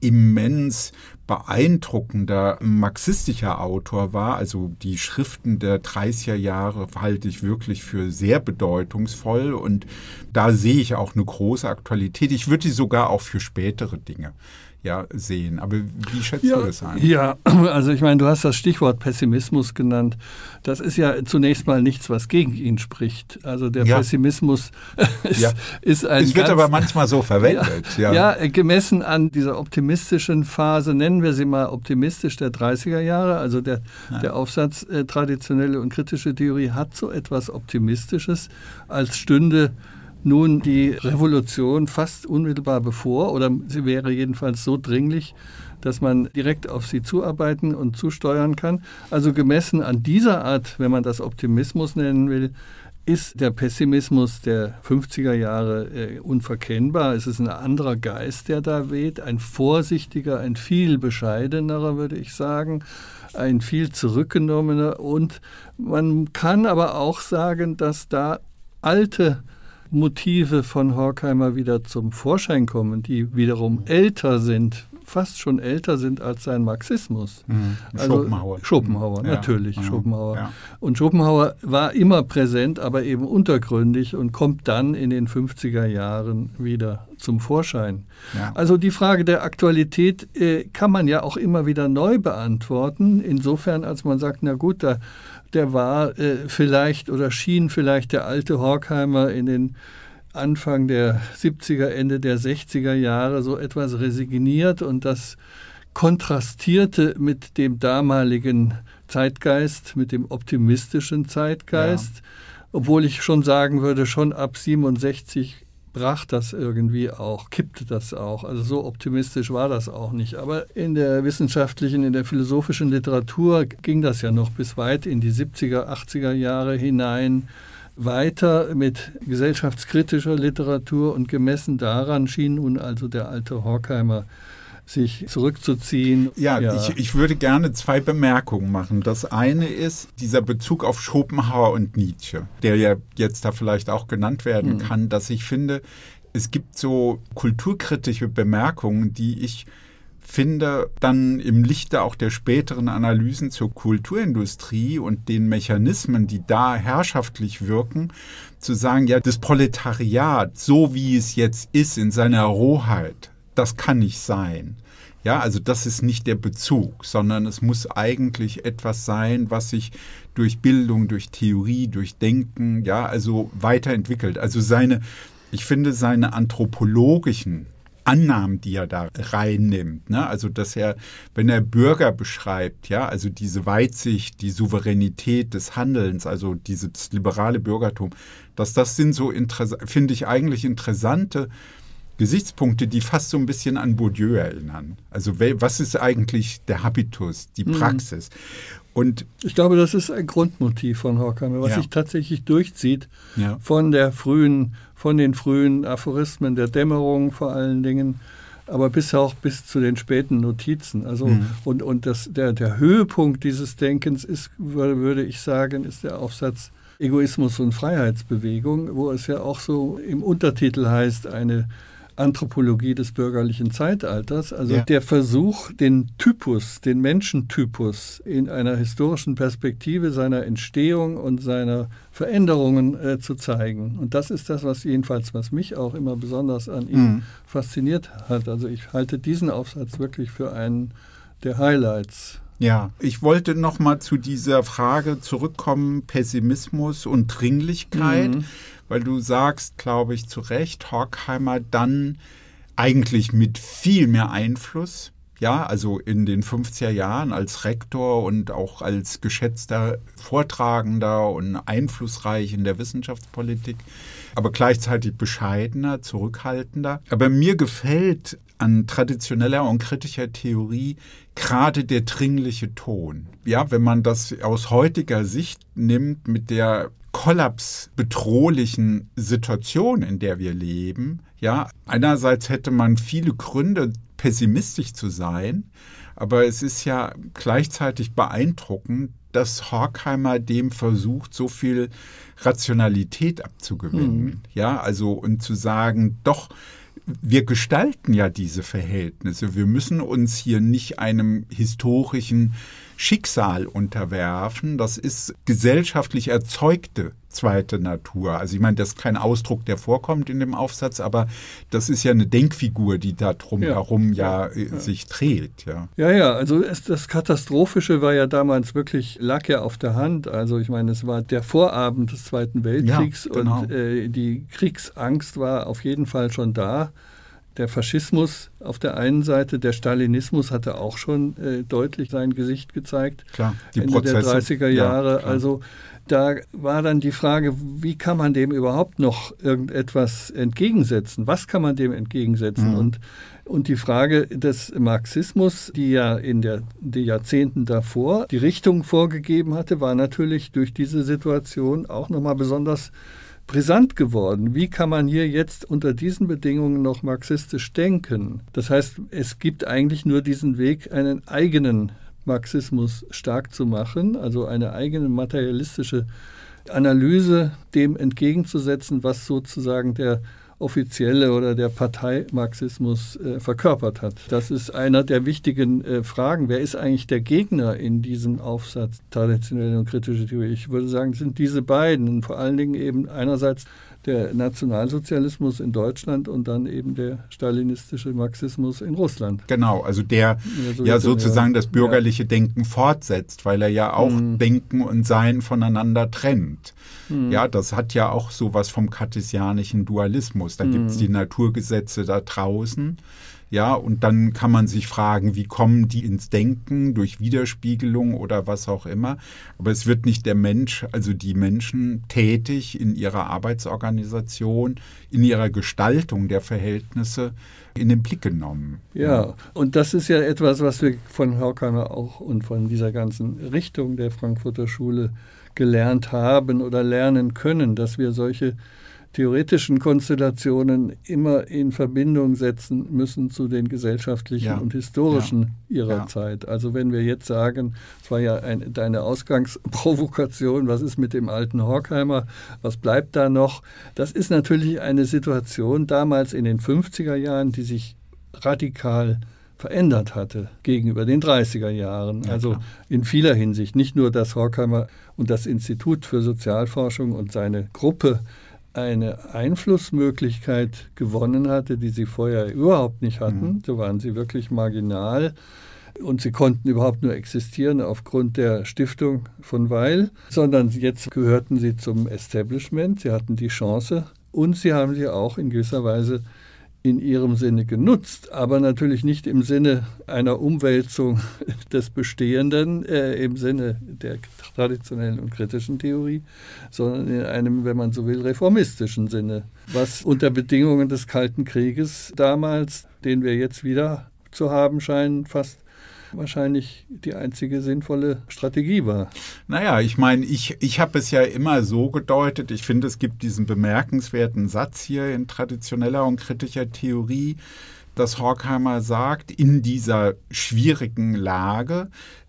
immens beeindruckender marxistischer Autor war. Also die Schriften der dreißiger Jahre halte ich wirklich für sehr bedeutungsvoll und da sehe ich auch eine große Aktualität. Ich würde die sogar auch für spätere Dinge ja, sehen. Aber wie schätzt ja, du das ein? Ja, also ich meine, du hast das Stichwort Pessimismus genannt. Das ist ja zunächst mal nichts, was gegen ihn spricht. Also der ja. Pessimismus ist, ja. ist ein Es wird ganz, aber manchmal so verwendet. Ja, ja. ja, gemessen an dieser optimistischen Phase, nennen wir sie mal optimistisch, der dreißiger Jahre, also der, ja. der Aufsatz äh, traditionelle und kritische Theorie hat so etwas Optimistisches, als stünde nun die Revolution fast unmittelbar bevor, oder sie wäre jedenfalls so dringlich, dass man direkt auf sie zuarbeiten und zusteuern kann. Also gemessen an dieser Art, wenn man das Optimismus nennen will, ist der Pessimismus der fünfziger Jahre äh, unverkennbar. Es ist ein anderer Geist, der da weht, ein vorsichtiger, ein viel bescheidenerer, würde ich sagen, ein viel zurückgenommener. Und man kann aber auch sagen, dass da alte Motive von Horkheimer wieder zum Vorschein kommen, die wiederum älter sind, fast schon älter sind als sein Marxismus. Mhm. Also Schopenhauer. Schopenhauer, Ja. natürlich, Ja. Schopenhauer. Ja. Und Schopenhauer war immer präsent, aber eben untergründig und kommt dann in den fünfziger Jahren wieder zum Vorschein. Ja. Also die Frage der Aktualität äh, kann man ja auch immer wieder neu beantworten, insofern als man sagt, na gut, da der war äh, vielleicht oder schien vielleicht der alte Horkheimer in den Anfang der siebziger, Ende der sechziger Jahre so etwas resigniert und das kontrastierte mit dem damaligen Zeitgeist, mit dem optimistischen Zeitgeist, ja. Obwohl ich schon sagen würde, schon ab siebenundsechzig brach das irgendwie auch, kippte das auch. Also so optimistisch war das auch nicht. Aber in der wissenschaftlichen, in der philosophischen Literatur ging das ja noch bis weit in die siebziger, achtziger Jahre hinein weiter mit gesellschaftskritischer Literatur und gemessen daran schien nun also der alte Horkheimer sich zurückzuziehen. Ja, ja. Ich, ich würde gerne zwei Bemerkungen machen. Das eine ist dieser Bezug auf Schopenhauer und Nietzsche, der ja jetzt da vielleicht auch genannt werden mhm. kann, dass ich finde, es gibt so kulturkritische Bemerkungen, die ich finde, dann im Lichte auch der späteren Analysen zur Kulturindustrie und den Mechanismen, die da herrschaftlich wirken, zu sagen, ja, das Proletariat, so wie es jetzt ist, in seiner Rohheit, das kann nicht sein. Ja, also das ist nicht der Bezug, sondern es muss eigentlich etwas sein, was sich durch Bildung, durch Theorie, durch Denken, ja, also weiterentwickelt. Also seine, ich finde, seine anthropologischen Annahmen, die er da reinnimmt, ne? Also dass er, wenn er Bürger beschreibt, ja, also diese Weitsicht, die Souveränität des Handelns, also dieses liberale Bürgertum, dass das sind so, finde ich eigentlich interessante Gesichtspunkte, die fast so ein bisschen an Bourdieu erinnern. Also was ist eigentlich der Habitus, die Praxis? Mhm. Und ich glaube, das ist ein Grundmotiv von Horkheimer, was ja. sich tatsächlich durchzieht ja. von der frühen, von den frühen Aphorismen der Dämmerung vor allen Dingen, aber bis auch bis zu den späten Notizen. Also mhm. und und das der der Höhepunkt dieses Denkens ist, würde ich sagen, ist der Aufsatz Egoismus und Freiheitsbewegung, wo es ja auch so im Untertitel heißt, eine Anthropologie des bürgerlichen Zeitalters, also ja. der Versuch, den Typus, den Menschentypus in einer historischen Perspektive seiner Entstehung und seiner Veränderungen äh, zu zeigen. Und das ist das, was jedenfalls, was mich auch immer besonders an ihm mhm. fasziniert hat. Also ich halte diesen Aufsatz wirklich für einen der Highlights. Ja, ich wollte noch mal zu dieser Frage zurückkommen, Pessimismus und Dringlichkeit, mhm. weil du sagst, glaube ich, zu Recht, Horkheimer dann eigentlich mit viel mehr Einfluss, ja, also in den fünfziger Jahren als Rektor und auch als geschätzter Vortragender und einflussreich in der Wissenschaftspolitik, aber gleichzeitig bescheidener, zurückhaltender. Aber mir gefällt an traditioneller und kritischer Theorie gerade der dringliche Ton. Ja, wenn man das aus heutiger Sicht nimmt mit der kollapsbedrohlichen Situation, in der wir leben, ja, einerseits hätte man viele Gründe, pessimistisch zu sein, aber es ist ja gleichzeitig beeindruckend, dass Horkheimer dem versucht, so viel Rationalität abzugewinnen. Mhm. Ja, also und zu sagen, doch, wir gestalten ja diese Verhältnisse. Wir müssen uns hier nicht einem historischen Schicksal unterwerfen. Das ist gesellschaftlich erzeugte zweite Natur. Also ich meine, das ist kein Ausdruck, der vorkommt in dem Aufsatz, aber das ist ja eine Denkfigur, die da drumherum ja, ja, ja sich dreht. Ja, ja, ja, also es, das Katastrophische war ja damals wirklich, lag ja auf der Hand. Also ich meine, es war der Vorabend des Zweiten Weltkriegs ja, genau. und äh, die Kriegsangst war auf jeden Fall schon da. Der Faschismus auf der einen Seite, der Stalinismus hatte auch schon äh, deutlich sein Gesicht gezeigt. Klar, die Ende Prozesse, der dreißiger Jahre. Ja, also da war dann die Frage, wie kann man dem überhaupt noch irgendetwas entgegensetzen? Was kann man dem entgegensetzen? Mhm. Und, und die Frage des Marxismus, die ja in der, den Jahrzehnten davor die Richtung vorgegeben hatte, war natürlich durch diese Situation auch nochmal besonders brisant geworden. Wie kann man hier jetzt unter diesen Bedingungen noch marxistisch denken? Das heißt, es gibt eigentlich nur diesen Weg, einen eigenen Marxismus stark zu machen, also eine eigene materialistische Analyse dem entgegenzusetzen, was sozusagen der offizielle oder der Parteimarxismus äh, verkörpert hat. Das ist einer der wichtigen äh, Fragen. Wer ist eigentlich der Gegner in diesem Aufsatz traditionelle und kritische Theorie? Ich würde sagen, es sind diese beiden. Und vor allen Dingen eben einerseits der Nationalsozialismus in Deutschland und dann eben der stalinistische Marxismus in Russland. Genau, also der ja, ja sozusagen ja, das bürgerliche ja. Denken fortsetzt, weil er ja auch mhm. Denken und Sein voneinander trennt. Mhm. Ja, das hat ja auch sowas vom kartesianischen Dualismus. Da mhm. gibt es die Naturgesetze da draußen. Ja, und dann kann man sich fragen, wie kommen die ins Denken durch Widerspiegelung oder was auch immer. Aber es wird nicht der Mensch, also die Menschen tätig in ihrer Arbeitsorganisation, in ihrer Gestaltung der Verhältnisse in den Blick genommen. Ja, und das ist ja etwas, was wir von Horkheimer auch und von dieser ganzen Richtung der Frankfurter Schule gelernt haben oder lernen können, dass wir solche theoretischen Konstellationen immer in Verbindung setzen müssen zu den gesellschaftlichen ja. und historischen ja. ihrer ja. Zeit. Also wenn wir jetzt sagen, es war ja ein, deine Ausgangsprovokation, was ist mit dem alten Horkheimer, was bleibt da noch? Das ist natürlich eine Situation damals in den fünfziger Jahren, die sich radikal verändert hatte gegenüber den dreißiger Jahren. Ja, also klar. in vieler Hinsicht. Nicht nur, dass Horkheimer und das Institut für Sozialforschung und seine Gruppe eine Einflussmöglichkeit gewonnen hatte, die sie vorher überhaupt nicht hatten. Mhm. So waren sie wirklich marginal und sie konnten überhaupt nur existieren aufgrund der Stiftung von Weil, sondern jetzt gehörten sie zum Establishment, sie hatten die Chance und sie haben sie auch in gewisser Weise in ihrem Sinne genutzt, aber natürlich nicht im Sinne einer Umwälzung des Bestehenden, äh, im Sinne der traditionellen und kritischen Theorie, sondern in einem, wenn man so will, reformistischen Sinne, was unter Bedingungen des Kalten Krieges damals, den wir jetzt wieder zu haben scheinen, fast wahrscheinlich die einzige sinnvolle Strategie war. Naja, ich meine, ich, ich habe es ja immer so gedeutet, ich finde, es gibt diesen bemerkenswerten Satz hier in traditioneller und kritischer Theorie, dass Horkheimer sagt, in dieser schwierigen Lage,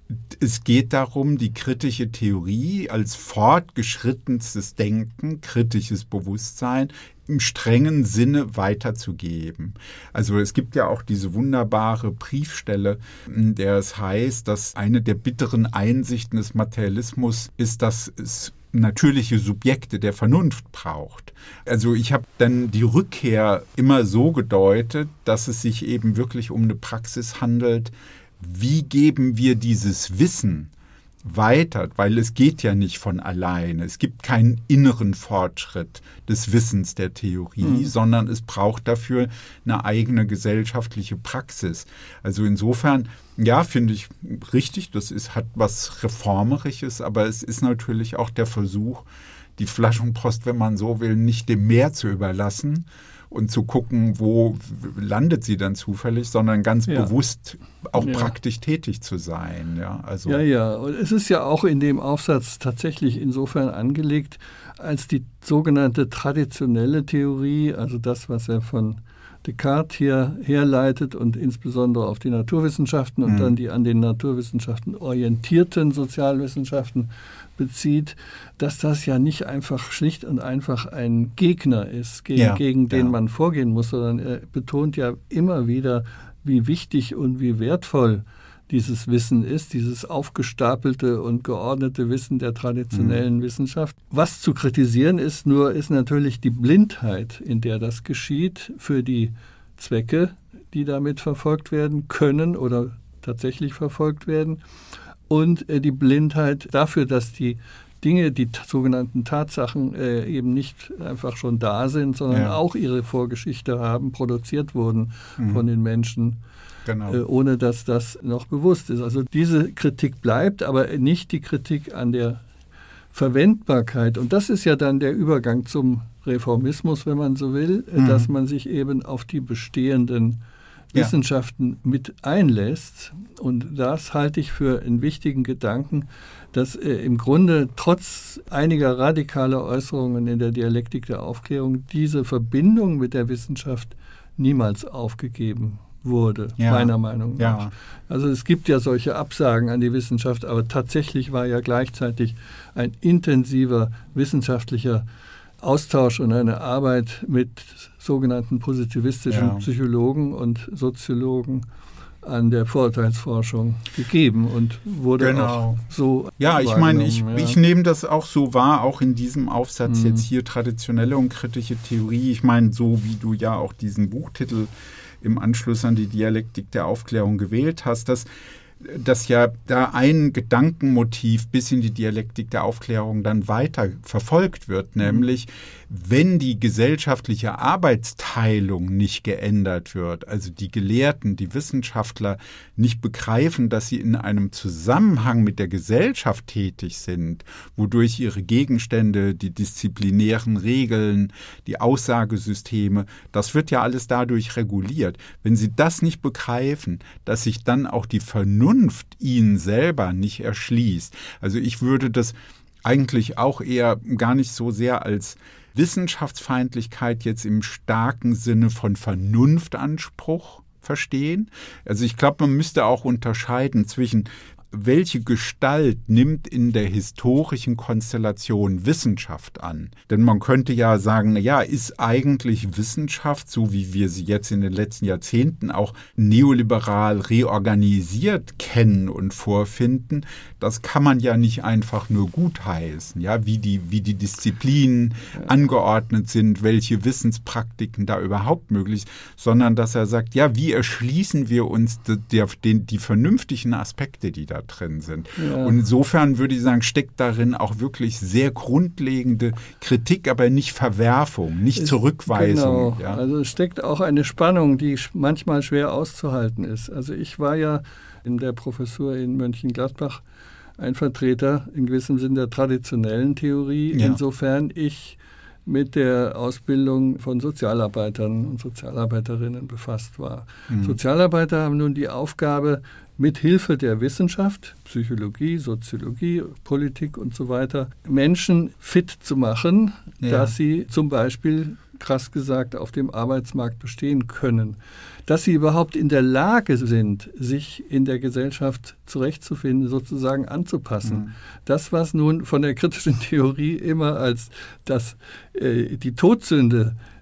es geht darum, die kritische Theorie als fortgeschrittenstes Denken, kritisches Bewusstsein im strengen Sinne weiterzugeben. Also es gibt ja auch diese wunderbare Briefstelle, in der es heißt, dass eine der bitteren Einsichten des Materialismus ist, dass es natürliche Subjekte der Vernunft braucht. Also ich habe dann die Rückkehr immer so gedeutet, dass es sich eben wirklich um eine Praxis handelt. Wie geben wir dieses Wissen weiter? Weil es geht ja nicht von alleine. Es gibt keinen inneren Fortschritt des Wissens der Theorie, mhm. sondern es braucht dafür eine eigene gesellschaftliche Praxis. Also insofern, ja, finde ich richtig, das ist, hat was Reformerisches, aber es ist natürlich auch der Versuch, die Flaschenpost, wenn man so will, nicht dem Meer zu überlassen und zu gucken, wo landet sie dann zufällig, sondern ganz ja. bewusst auch ja. praktisch tätig zu sein. Ja, also ja, ja. Und es ist ja auch in dem Aufsatz tatsächlich insofern angelegt, als die sogenannte traditionelle Theorie, also das, was er von Descartes hier herleitet und insbesondere auf die Naturwissenschaften und mhm. dann die an den Naturwissenschaften orientierten Sozialwissenschaften bezieht, dass das ja nicht einfach schlicht und einfach ein Gegner ist, gegen, ja, gegen den ja. man vorgehen muss, sondern er betont ja immer wieder, wie wichtig und wie wertvoll dieses Wissen ist, dieses aufgestapelte und geordnete Wissen der traditionellen mhm. Wissenschaft. Was zu kritisieren ist nur, ist natürlich die Blindheit, in der das geschieht, für die Zwecke, die damit verfolgt werden können oder tatsächlich verfolgt werden, und äh, die Blindheit dafür, dass die Dinge, die t- sogenannten Tatsachen äh, eben nicht einfach schon da sind, sondern ja. auch ihre Vorgeschichte haben, produziert wurden mhm. von den Menschen. Genau. Äh, ohne dass das noch bewusst ist. Also diese Kritik bleibt, aber nicht die Kritik an der Verwendbarkeit. Und das ist ja dann der Übergang zum Reformismus, wenn man so will, mhm. dass man sich eben auf die bestehenden ja. Wissenschaften mit einlässt. Und das halte ich für einen wichtigen Gedanken, dass äh, im Grunde trotz einiger radikaler Äußerungen in der Dialektik der Aufklärung diese Verbindung mit der Wissenschaft niemals aufgegeben wurde, ja. meiner Meinung nach. Ja. Also es gibt ja solche Absagen an die Wissenschaft, aber tatsächlich war ja gleichzeitig ein intensiver wissenschaftlicher Austausch und eine Arbeit mit sogenannten positivistischen ja. Psychologen und Soziologen an der Vorurteilsforschung gegeben und wurde genau. auch so Ja, ich meine, ich, ja. ich nehme das auch so wahr, auch in diesem Aufsatz mhm. jetzt hier traditionelle und kritische Theorie. Ich meine, so wie du ja auch diesen Buchtitel im Anschluss an die Dialektik der Aufklärung gewählt hast, dass, dass ja da ein Gedankenmotiv bis in die Dialektik der Aufklärung dann weiter verfolgt wird, nämlich wenn die gesellschaftliche Arbeitsteilung nicht geändert wird, also die Gelehrten, die Wissenschaftler nicht begreifen, dass sie in einem Zusammenhang mit der Gesellschaft tätig sind, wodurch ihre Gegenstände, die disziplinären Regeln, die Aussagesysteme, das wird ja alles dadurch reguliert. Wenn sie das nicht begreifen, dass sich dann auch die Vernunft ihnen selber nicht erschließt. Also ich würde das eigentlich auch eher gar nicht so sehr als Wissenschaftsfeindlichkeit jetzt im starken Sinne von Vernunftanspruch verstehen. Also ich glaube, man müsste auch unterscheiden zwischen welche Gestalt nimmt in der historischen Konstellation Wissenschaft an? Denn man könnte ja sagen, na ja, ist eigentlich Wissenschaft, so wie wir sie jetzt in den letzten Jahrzehnten auch neoliberal reorganisiert kennen und vorfinden, das kann man ja nicht einfach nur gutheißen, ja, wie die, wie die Disziplinen angeordnet sind, welche Wissenspraktiken da überhaupt möglich sind, sondern dass er sagt, ja, wie erschließen wir uns die, die, die vernünftigen Aspekte, die da drin sind. Ja. Und insofern würde ich sagen, steckt darin auch wirklich sehr grundlegende Kritik, aber nicht Verwerfung, nicht es, Zurückweisung. Genau. Ja. Also es steckt auch eine Spannung, die manchmal schwer auszuhalten ist. Also ich war ja in der Professur in Mönchengladbach ein Vertreter in gewissem Sinn der traditionellen Theorie, ja. insofern ich mit der Ausbildung von Sozialarbeitern und Sozialarbeiterinnen befasst war. Mhm. Sozialarbeiter haben nun die Aufgabe, mit Hilfe der Wissenschaft, Psychologie, Soziologie, Politik und so weiter, Menschen fit zu machen, ja. dass sie zum Beispiel, krass gesagt, auf dem Arbeitsmarkt bestehen können. Dass sie überhaupt in der Lage sind, sich in der Gesellschaft zurechtzufinden, sozusagen anzupassen. Mhm. Das, was nun von der kritischen Theorie immer als das, äh, die Todsünde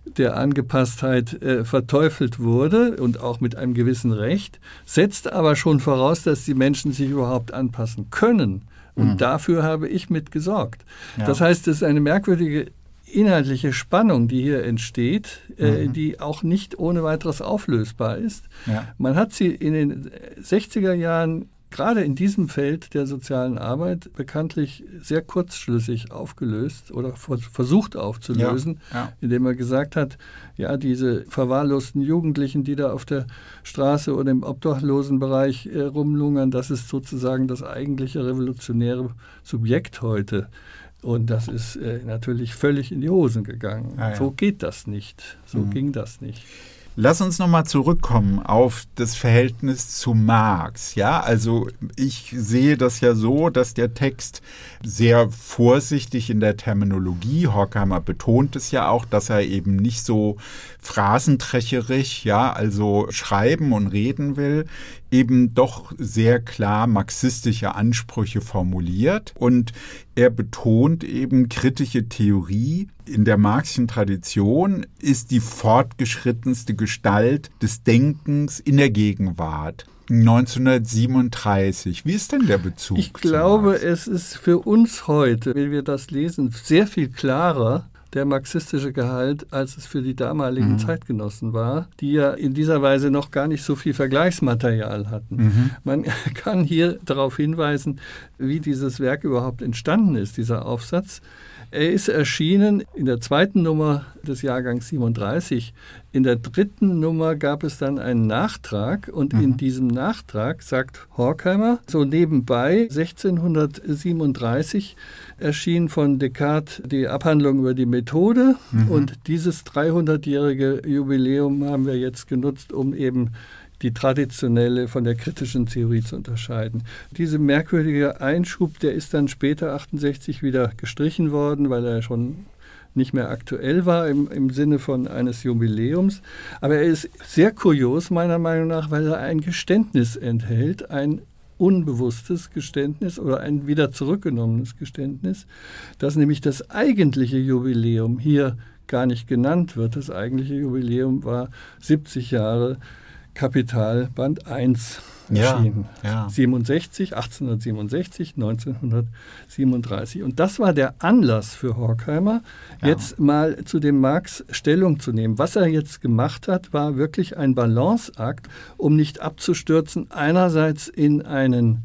der Angepasstheit äh, verteufelt wurde und auch mit einem gewissen Recht, setzt aber schon voraus, dass die Menschen sich überhaupt anpassen können. Und mhm. dafür habe ich mitgesorgt. Ja. Das heißt, es ist eine merkwürdige inhaltliche Spannung, die hier entsteht, äh, mhm. die auch nicht ohne weiteres auflösbar ist. Ja. Man hat sie in den sechziger Jahren gerade in diesem Feld der sozialen Arbeit bekanntlich sehr kurzschlüssig aufgelöst oder versucht aufzulösen, ja, ja. indem er gesagt hat, ja, diese verwahrlosten Jugendlichen, die da auf der Straße oder im Obdachlosenbereich äh, rumlungern, das ist sozusagen das eigentliche revolutionäre Subjekt heute. Und das ist äh, natürlich völlig in die Hosen gegangen. Ah, ja. So geht das nicht. So mhm. ging das nicht. Lass uns nochmal zurückkommen auf das Verhältnis zu Marx. Ja, also ich sehe das ja so, dass der Text sehr vorsichtig in der Terminologie, Horkheimer betont es ja auch, dass er eben nicht so phrasenträcherisch, ja, also schreiben und reden will, eben doch sehr klar marxistische Ansprüche formuliert. Und er betont eben, kritische Theorie in der marxischen Tradition ist die fortgeschrittenste Gestalt des Denkens in der Gegenwart. neunzehnhundertsiebenunddreißig. Wie ist denn der Bezug? Ich glaube, es ist für uns heute, wenn wir das lesen, sehr viel klarer, der marxistische Gehalt, als es für die damaligen mhm. Zeitgenossen war, die ja in dieser Weise noch gar nicht so viel Vergleichsmaterial hatten. Mhm. Man kann hier darauf hinweisen, wie dieses Werk überhaupt entstanden ist, dieser Aufsatz. Er ist erschienen in der zweiten Nummer des Jahrgangs siebenunddreißig. In der dritten Nummer gab es dann einen Nachtrag und mhm. in diesem Nachtrag sagt Horkheimer, so nebenbei, sechzehnhundertsiebenunddreißig erschien von Descartes die Abhandlung über die Methode mhm. und dieses dreihundertjährige Jubiläum haben wir jetzt genutzt, um eben die traditionelle von der kritischen Theorie zu unterscheiden. Dieser merkwürdige Einschub, der ist dann später achtundsechzig wieder gestrichen worden, weil er schon nicht mehr aktuell war im, im Sinne von eines Jubiläums. Aber er ist sehr kurios meiner Meinung nach, weil er ein Geständnis enthält, ein unbewusstes Geständnis oder ein wieder zurückgenommenes Geständnis, dass nämlich das eigentliche Jubiläum hier gar nicht genannt wird. Das eigentliche Jubiläum war siebzig Jahre Kapital Band eins erschienen. Ja, ja. siebenundsechzig, achtzehnhundertsiebenundsechzig, neunzehnhundertsiebenunddreißig. Und das war der Anlass für Horkheimer, ja. jetzt mal zu dem Marx Stellung zu nehmen. Was er jetzt gemacht hat, war wirklich ein Balanceakt, um nicht abzustürzen, einerseits in einen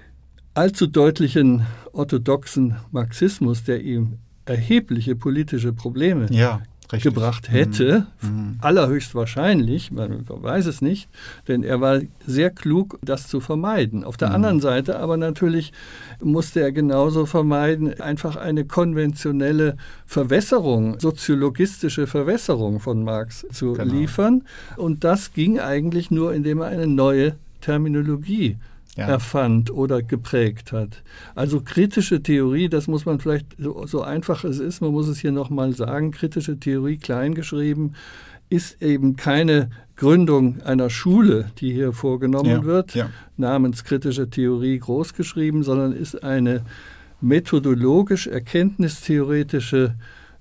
allzu deutlichen orthodoxen Marxismus, der ihm erhebliche politische Probleme ja. Richtig. gebracht hätte, mhm. allerhöchstwahrscheinlich, man weiß es nicht, denn er war sehr klug, das zu vermeiden. Auf der mhm. anderen Seite aber natürlich musste er genauso vermeiden, einfach eine konventionelle Verwässerung, soziologistische Verwässerung von Marx zu genau. liefern. Und das ging eigentlich nur, indem er eine neue Terminologie Ja. erfand oder geprägt hat. Also kritische Theorie, das muss man vielleicht, so, so einfach es ist, man muss es hier nochmal sagen, kritische Theorie kleingeschrieben, ist eben keine Gründung einer Schule, die hier vorgenommen ja. wird, ja. namens kritische Theorie großgeschrieben, sondern ist eine methodologisch erkenntnistheoretische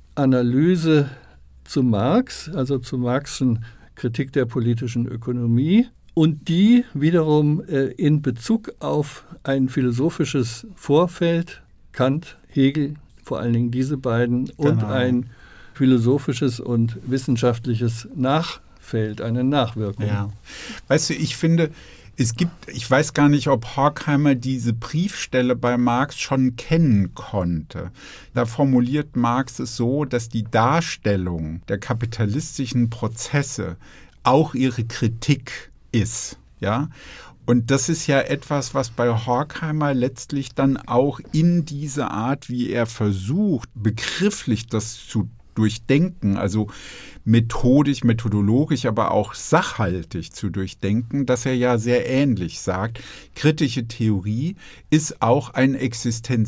Analyse zu Marx, also zu Marxischen Kritik der politischen Ökonomie, und die wiederum äh, in Bezug auf ein philosophisches Vorfeld, Kant, Hegel, vor allen Dingen diese beiden, genau. und ein philosophisches und wissenschaftliches Nachfeld, eine Nachwirkung. Ja. Weißt du, ich finde, es gibt, ich weiß gar nicht, ob Horkheimer diese Briefstelle bei Marx schon kennen konnte. Da formuliert Marx es so, dass die Darstellung der kapitalistischen Prozesse auch ihre Kritik ist, ja. Und das ist ja etwas, was bei Horkheimer letztlich dann auch in diese Art, wie er versucht, begrifflich das zu durchdenken, also methodisch, methodologisch, aber auch sachhaltig zu durchdenken, dass er ja sehr ähnlich sagt, kritische Theorie ist auch ein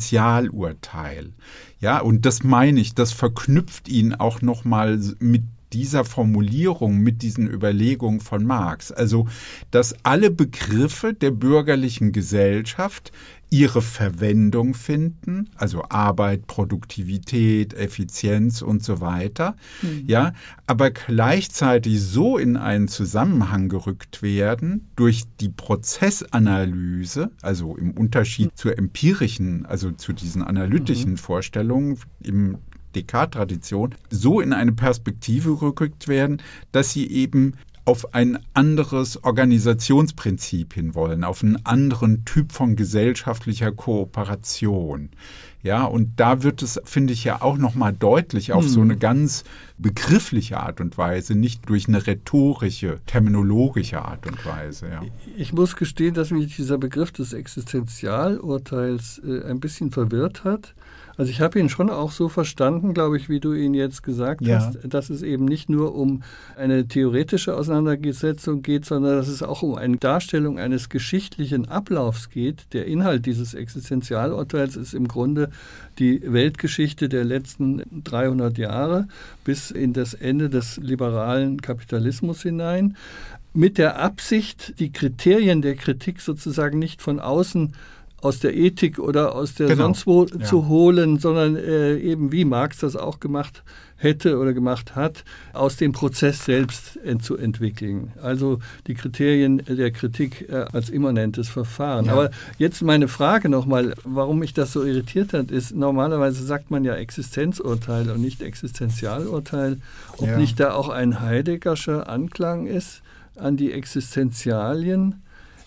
Existenzialurteil. Ja, und das meine ich, das verknüpft ihn auch nochmal mit dieser Formulierung, mit diesen Überlegungen von Marx. Also, dass alle Begriffe der bürgerlichen Gesellschaft ihre Verwendung finden, also Arbeit, Produktivität, Effizienz und so weiter, mhm. ja, aber gleichzeitig so in einen Zusammenhang gerückt werden durch die Prozessanalyse, also im Unterschied mhm. zur empirischen, also zu diesen analytischen mhm. Vorstellungen im Descartes-Tradition, so in eine Perspektive gerückt werden, dass sie eben auf ein anderes Organisationsprinzip hinwollen, auf einen anderen Typ von gesellschaftlicher Kooperation. Ja, und da wird es, finde ich, ja auch nochmal deutlich auf hm. so eine ganz begriffliche Art und Weise, nicht durch eine rhetorische, terminologische Art und Weise. Ja. Ich muss gestehen, dass mich dieser Begriff des Existenzialurteils äh, ein bisschen verwirrt hat. Also ich habe ihn schon auch so verstanden, glaube ich, wie du ihn jetzt gesagt ja. hast, dass es eben nicht nur um eine theoretische Auseinandersetzung geht, sondern dass es auch um eine Darstellung eines geschichtlichen Ablaufs geht. Der Inhalt dieses Existenzialurteils ist im Grunde die Weltgeschichte der letzten dreihundert Jahre bis in das Ende des liberalen Kapitalismus hinein, mit der Absicht, die Kriterien der Kritik sozusagen nicht von außen aus der Ethik oder aus der genau. sonst wo ja. zu holen, sondern äh, eben wie Marx das auch gemacht hätte oder gemacht hat, aus dem Prozess selbst äh, zu entwickeln. Also die Kriterien der Kritik äh, als immanentes Verfahren. Ja. Aber jetzt meine Frage nochmal, warum mich das so irritiert hat, ist, normalerweise sagt man ja Existenzurteil und nicht Existenzialurteil. Ob ja. nicht da auch ein Heideggerscher Anklang ist an die Existenzialien,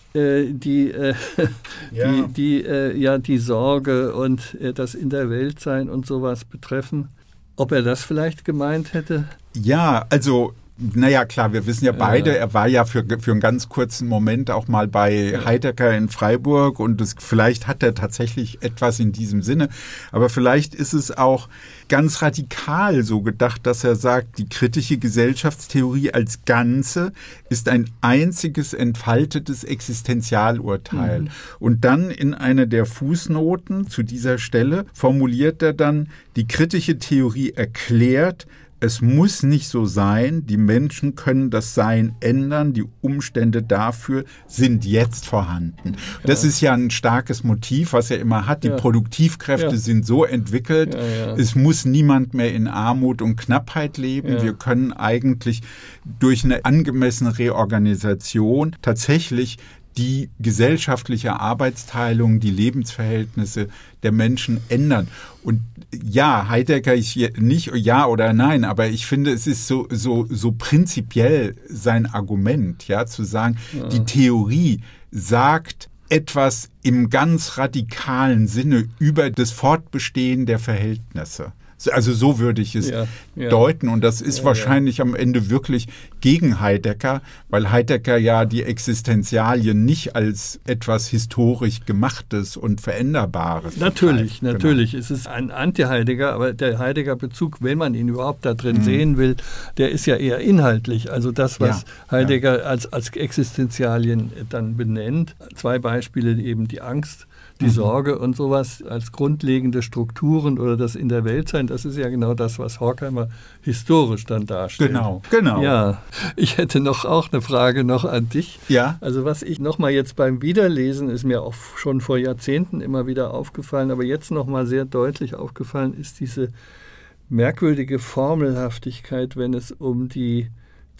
die, äh, ja. die, die äh, ja die Sorge und äh, das in der Welt sein und sowas betreffen. Ob er das vielleicht gemeint hätte? Ja, also naja, klar, wir wissen ja beide, er war ja für, für einen ganz kurzen Moment auch mal bei ja. Heidegger in Freiburg und das, vielleicht hat er tatsächlich etwas in diesem Sinne, aber vielleicht ist es auch ganz radikal so gedacht, dass er sagt, die kritische Gesellschaftstheorie als Ganze ist ein einziges entfaltetes Existenzialurteil. Mhm. Und dann in einer der Fußnoten zu dieser Stelle formuliert er dann, die kritische Theorie erklärt, es muss nicht so sein, die Menschen können das Sein ändern, die Umstände dafür sind jetzt vorhanden. Ja. Das ist ja ein starkes Motiv, was er immer hat. Die ja. Produktivkräfte ja. sind so entwickelt, ja, ja. es muss niemand mehr in Armut und Knappheit leben. Ja. Wir können eigentlich durch eine angemessene Reorganisation tatsächlich die gesellschaftliche Arbeitsteilung, die Lebensverhältnisse der Menschen ändern. Und ja, Heidegger ist nicht ja oder nein, aber ich finde, es ist so, so, so prinzipiell sein Argument, ja, zu sagen, ja. die Theorie sagt etwas im ganz radikalen Sinne über das Fortbestehen der Verhältnisse. Also so würde ich es ja, ja. deuten und das ist ja, wahrscheinlich ja. am Ende wirklich gegen Heidegger, weil Heidegger ja die Existenzialien nicht als etwas historisch Gemachtes und Veränderbares. Natürlich, begreift. natürlich. Genau. Es ist ein Anti-Heidegger, aber der Heidegger-Bezug, wenn man ihn überhaupt da drin mhm. sehen will, der ist ja eher inhaltlich. Also das, was ja, Heidegger ja. als, als Existenzialien dann benennt. Zwei Beispiele, eben die Angst, die mhm. Sorge und sowas als grundlegende Strukturen oder das in der Welt sein, das ist ja genau das, was Horkheimer historisch dann darstellt. Genau, genau. Ja, ich hätte noch auch eine Frage noch an dich. Ja. Also was ich nochmal jetzt beim Wiederlesen, ist mir auch schon vor Jahrzehnten immer wieder aufgefallen, aber jetzt nochmal sehr deutlich aufgefallen, ist diese merkwürdige Formelhaftigkeit, wenn es um die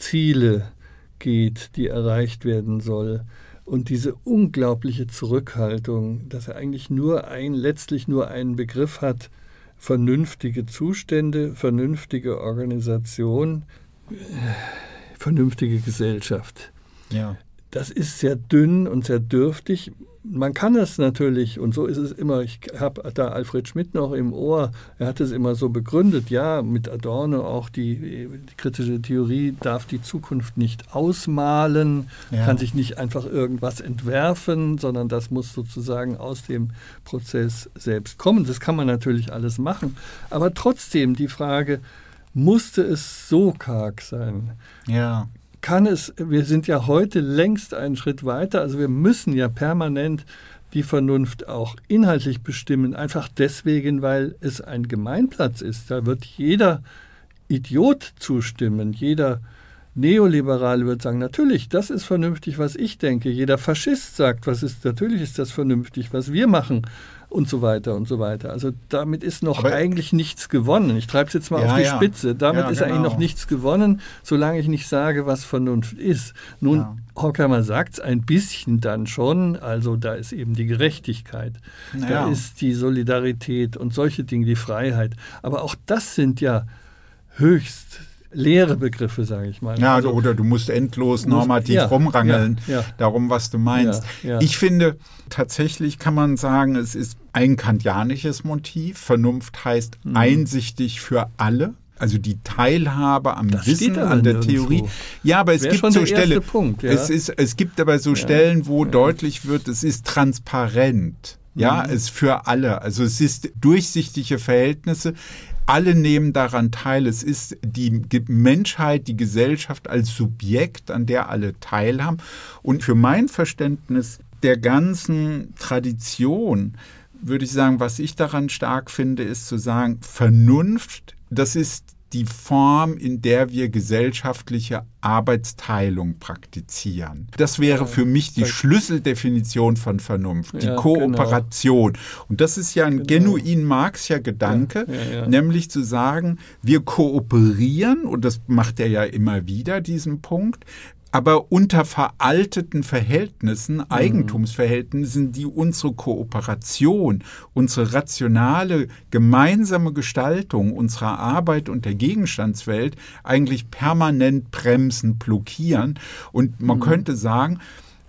Ziele geht, die erreicht werden soll. Und diese unglaubliche Zurückhaltung, dass er eigentlich nur ein, letztlich nur einen Begriff hat, vernünftige Zustände, vernünftige Organisation, äh, vernünftige Gesellschaft. Ja. Das ist sehr dünn und sehr dürftig. Man kann es natürlich, und so ist es immer, ich habe da Alfred Schmidt noch im Ohr, er hat es immer so begründet, ja, mit Adorno auch, die, die kritische Theorie darf die Zukunft nicht ausmalen, ja. kann sich nicht einfach irgendwas entwerfen, sondern das muss sozusagen aus dem Prozess selbst kommen. Das kann man natürlich alles machen, aber trotzdem die Frage, musste es so karg sein? Ja. Kann es, wir sind ja heute längst einen Schritt weiter, also wir müssen ja permanent die Vernunft auch inhaltlich bestimmen, einfach deswegen, weil es ein Gemeinplatz ist. Da wird jeder Idiot zustimmen. Jeder Neoliberale wird sagen, natürlich, das ist vernünftig, was ich denke. Jeder Faschist sagt, was ist, natürlich ist das vernünftig, was wir machen und so weiter und so weiter. Also damit ist noch Aber eigentlich nichts gewonnen. Ich treibe es jetzt mal ja, auf die ja. Spitze. Damit ja, ist genau. eigentlich noch nichts gewonnen, solange ich nicht sage, was Vernunft ist. Nun, ja. Horkheimer sagt es ein bisschen dann schon, also da ist eben die Gerechtigkeit, ja. da ist die Solidarität und solche Dinge, die Freiheit. Aber auch das sind ja höchst leere Begriffe, sage ich mal. Ja, also, oder du musst endlos normativ ja, rumrangeln, ja, ja. darum, was du meinst. Ja, ja. Ich finde, tatsächlich kann man sagen, es ist ein kantianisches Motiv. Vernunft heißt mhm. einsichtig für alle. Also die Teilhabe am das Wissen, an der nirgendwo. Theorie. Ja, aber es Wäre gibt so Stellen. Punkt, ja? es, ist, es gibt aber so ja. Stellen, wo ja. deutlich wird, es ist transparent. Ja, mhm. es ist für alle. Also es ist durchsichtige Verhältnisse. Alle nehmen daran teil. Es ist die Menschheit, die Gesellschaft als Subjekt, an der alle teilhaben. Und für mein Verständnis der ganzen Tradition würde ich sagen, was ich daran stark finde, ist zu sagen, Vernunft, das ist die Form, in der wir gesellschaftliche Arbeitsteilung praktizieren. Das wäre für mich die Schlüsseldefinition von Vernunft, die ja, Kooperation. Genau. Und das ist ja ein genau. genuin Marxischer Gedanke, ja, ja, ja. nämlich zu sagen, wir kooperieren, und das macht er ja immer wieder, diesen Punkt, aber unter veralteten Verhältnissen, mhm. Eigentumsverhältnissen, die unsere Kooperation, unsere rationale gemeinsame Gestaltung unserer Arbeit und der Gegenstandswelt eigentlich permanent bremsen, blockieren. Und man mhm. könnte sagen,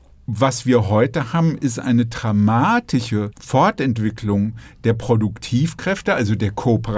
was wir heute haben, ist eine dramatische Fortentwicklung der Produktivkräfte, also der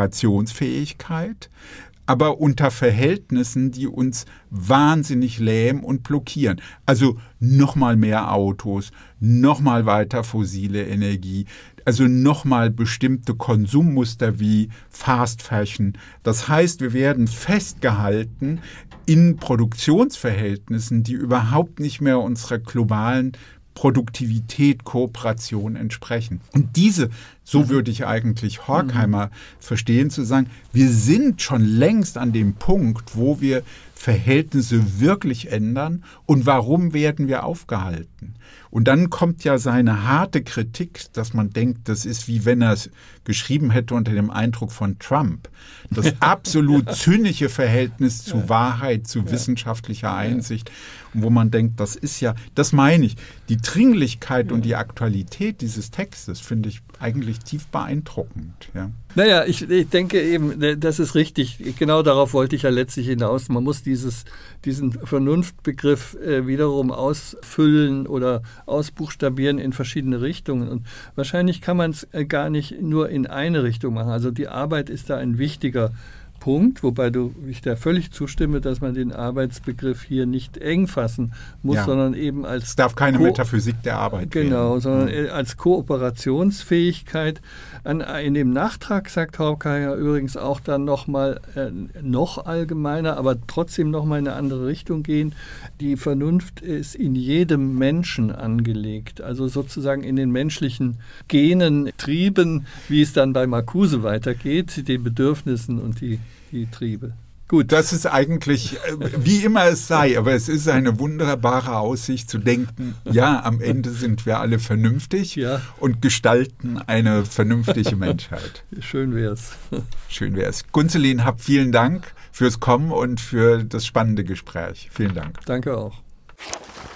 Kooperationsfähigkeit, aber unter Verhältnissen, die uns wahnsinnig lähmen und blockieren. Also nochmal mehr Autos, nochmal weiter fossile Energie, also nochmal bestimmte Konsummuster wie Fast Fashion. Das heißt, wir werden festgehalten in Produktionsverhältnissen, die überhaupt nicht mehr unserer globalen Produktivität, Kooperation entsprechen. Und diese, so würde ich eigentlich Horkheimer mhm. verstehen, zu sagen, wir sind schon längst an dem Punkt, wo wir Verhältnisse wirklich ändern. Und warum werden wir aufgehalten? Und dann kommt ja seine harte Kritik, dass man denkt, das ist wie wenn er es geschrieben hätte unter dem Eindruck von Trump. Das absolut zynische Verhältnis zu Wahrheit, zu wissenschaftlicher Einsicht, wo man denkt, das ist ja, das meine ich, die Dringlichkeit und die Aktualität dieses Textes finde ich eigentlich tief beeindruckend. Ja. Naja, ich, ich denke eben, das ist richtig. Genau darauf wollte ich ja letztlich hinaus. Man muss dieses, diesen Vernunftbegriff äh, wiederum ausfüllen oder ausbuchstabieren in verschiedene Richtungen. Und wahrscheinlich kann man es äh, gar nicht nur in eine Richtung machen. Also die Arbeit ist da ein wichtiger Punkt, wobei du, ich da völlig zustimme, dass man den Arbeitsbegriff hier nicht eng fassen muss, ja. sondern eben als... Es darf keine Ko- Metaphysik der Arbeit Genau, werden. sondern mhm. als Kooperationsfähigkeit. An, in dem Nachtrag sagt Horkheimer übrigens auch dann nochmal äh, noch allgemeiner, aber trotzdem nochmal in eine andere Richtung gehen. Die Vernunft ist in jedem Menschen angelegt, also sozusagen in den menschlichen Genen, Trieben, wie es dann bei Marcuse weitergeht, den Bedürfnissen und die die Triebe. Gut, das ist eigentlich, wie immer es sei, aber es ist eine wunderbare Aussicht zu denken, ja, am Ende sind wir alle vernünftig ja. und gestalten eine vernünftige Menschheit. Schön wär's. Schön wär's. Gunzelin, hab vielen Dank fürs Kommen und für das spannende Gespräch. Vielen Dank. Danke auch.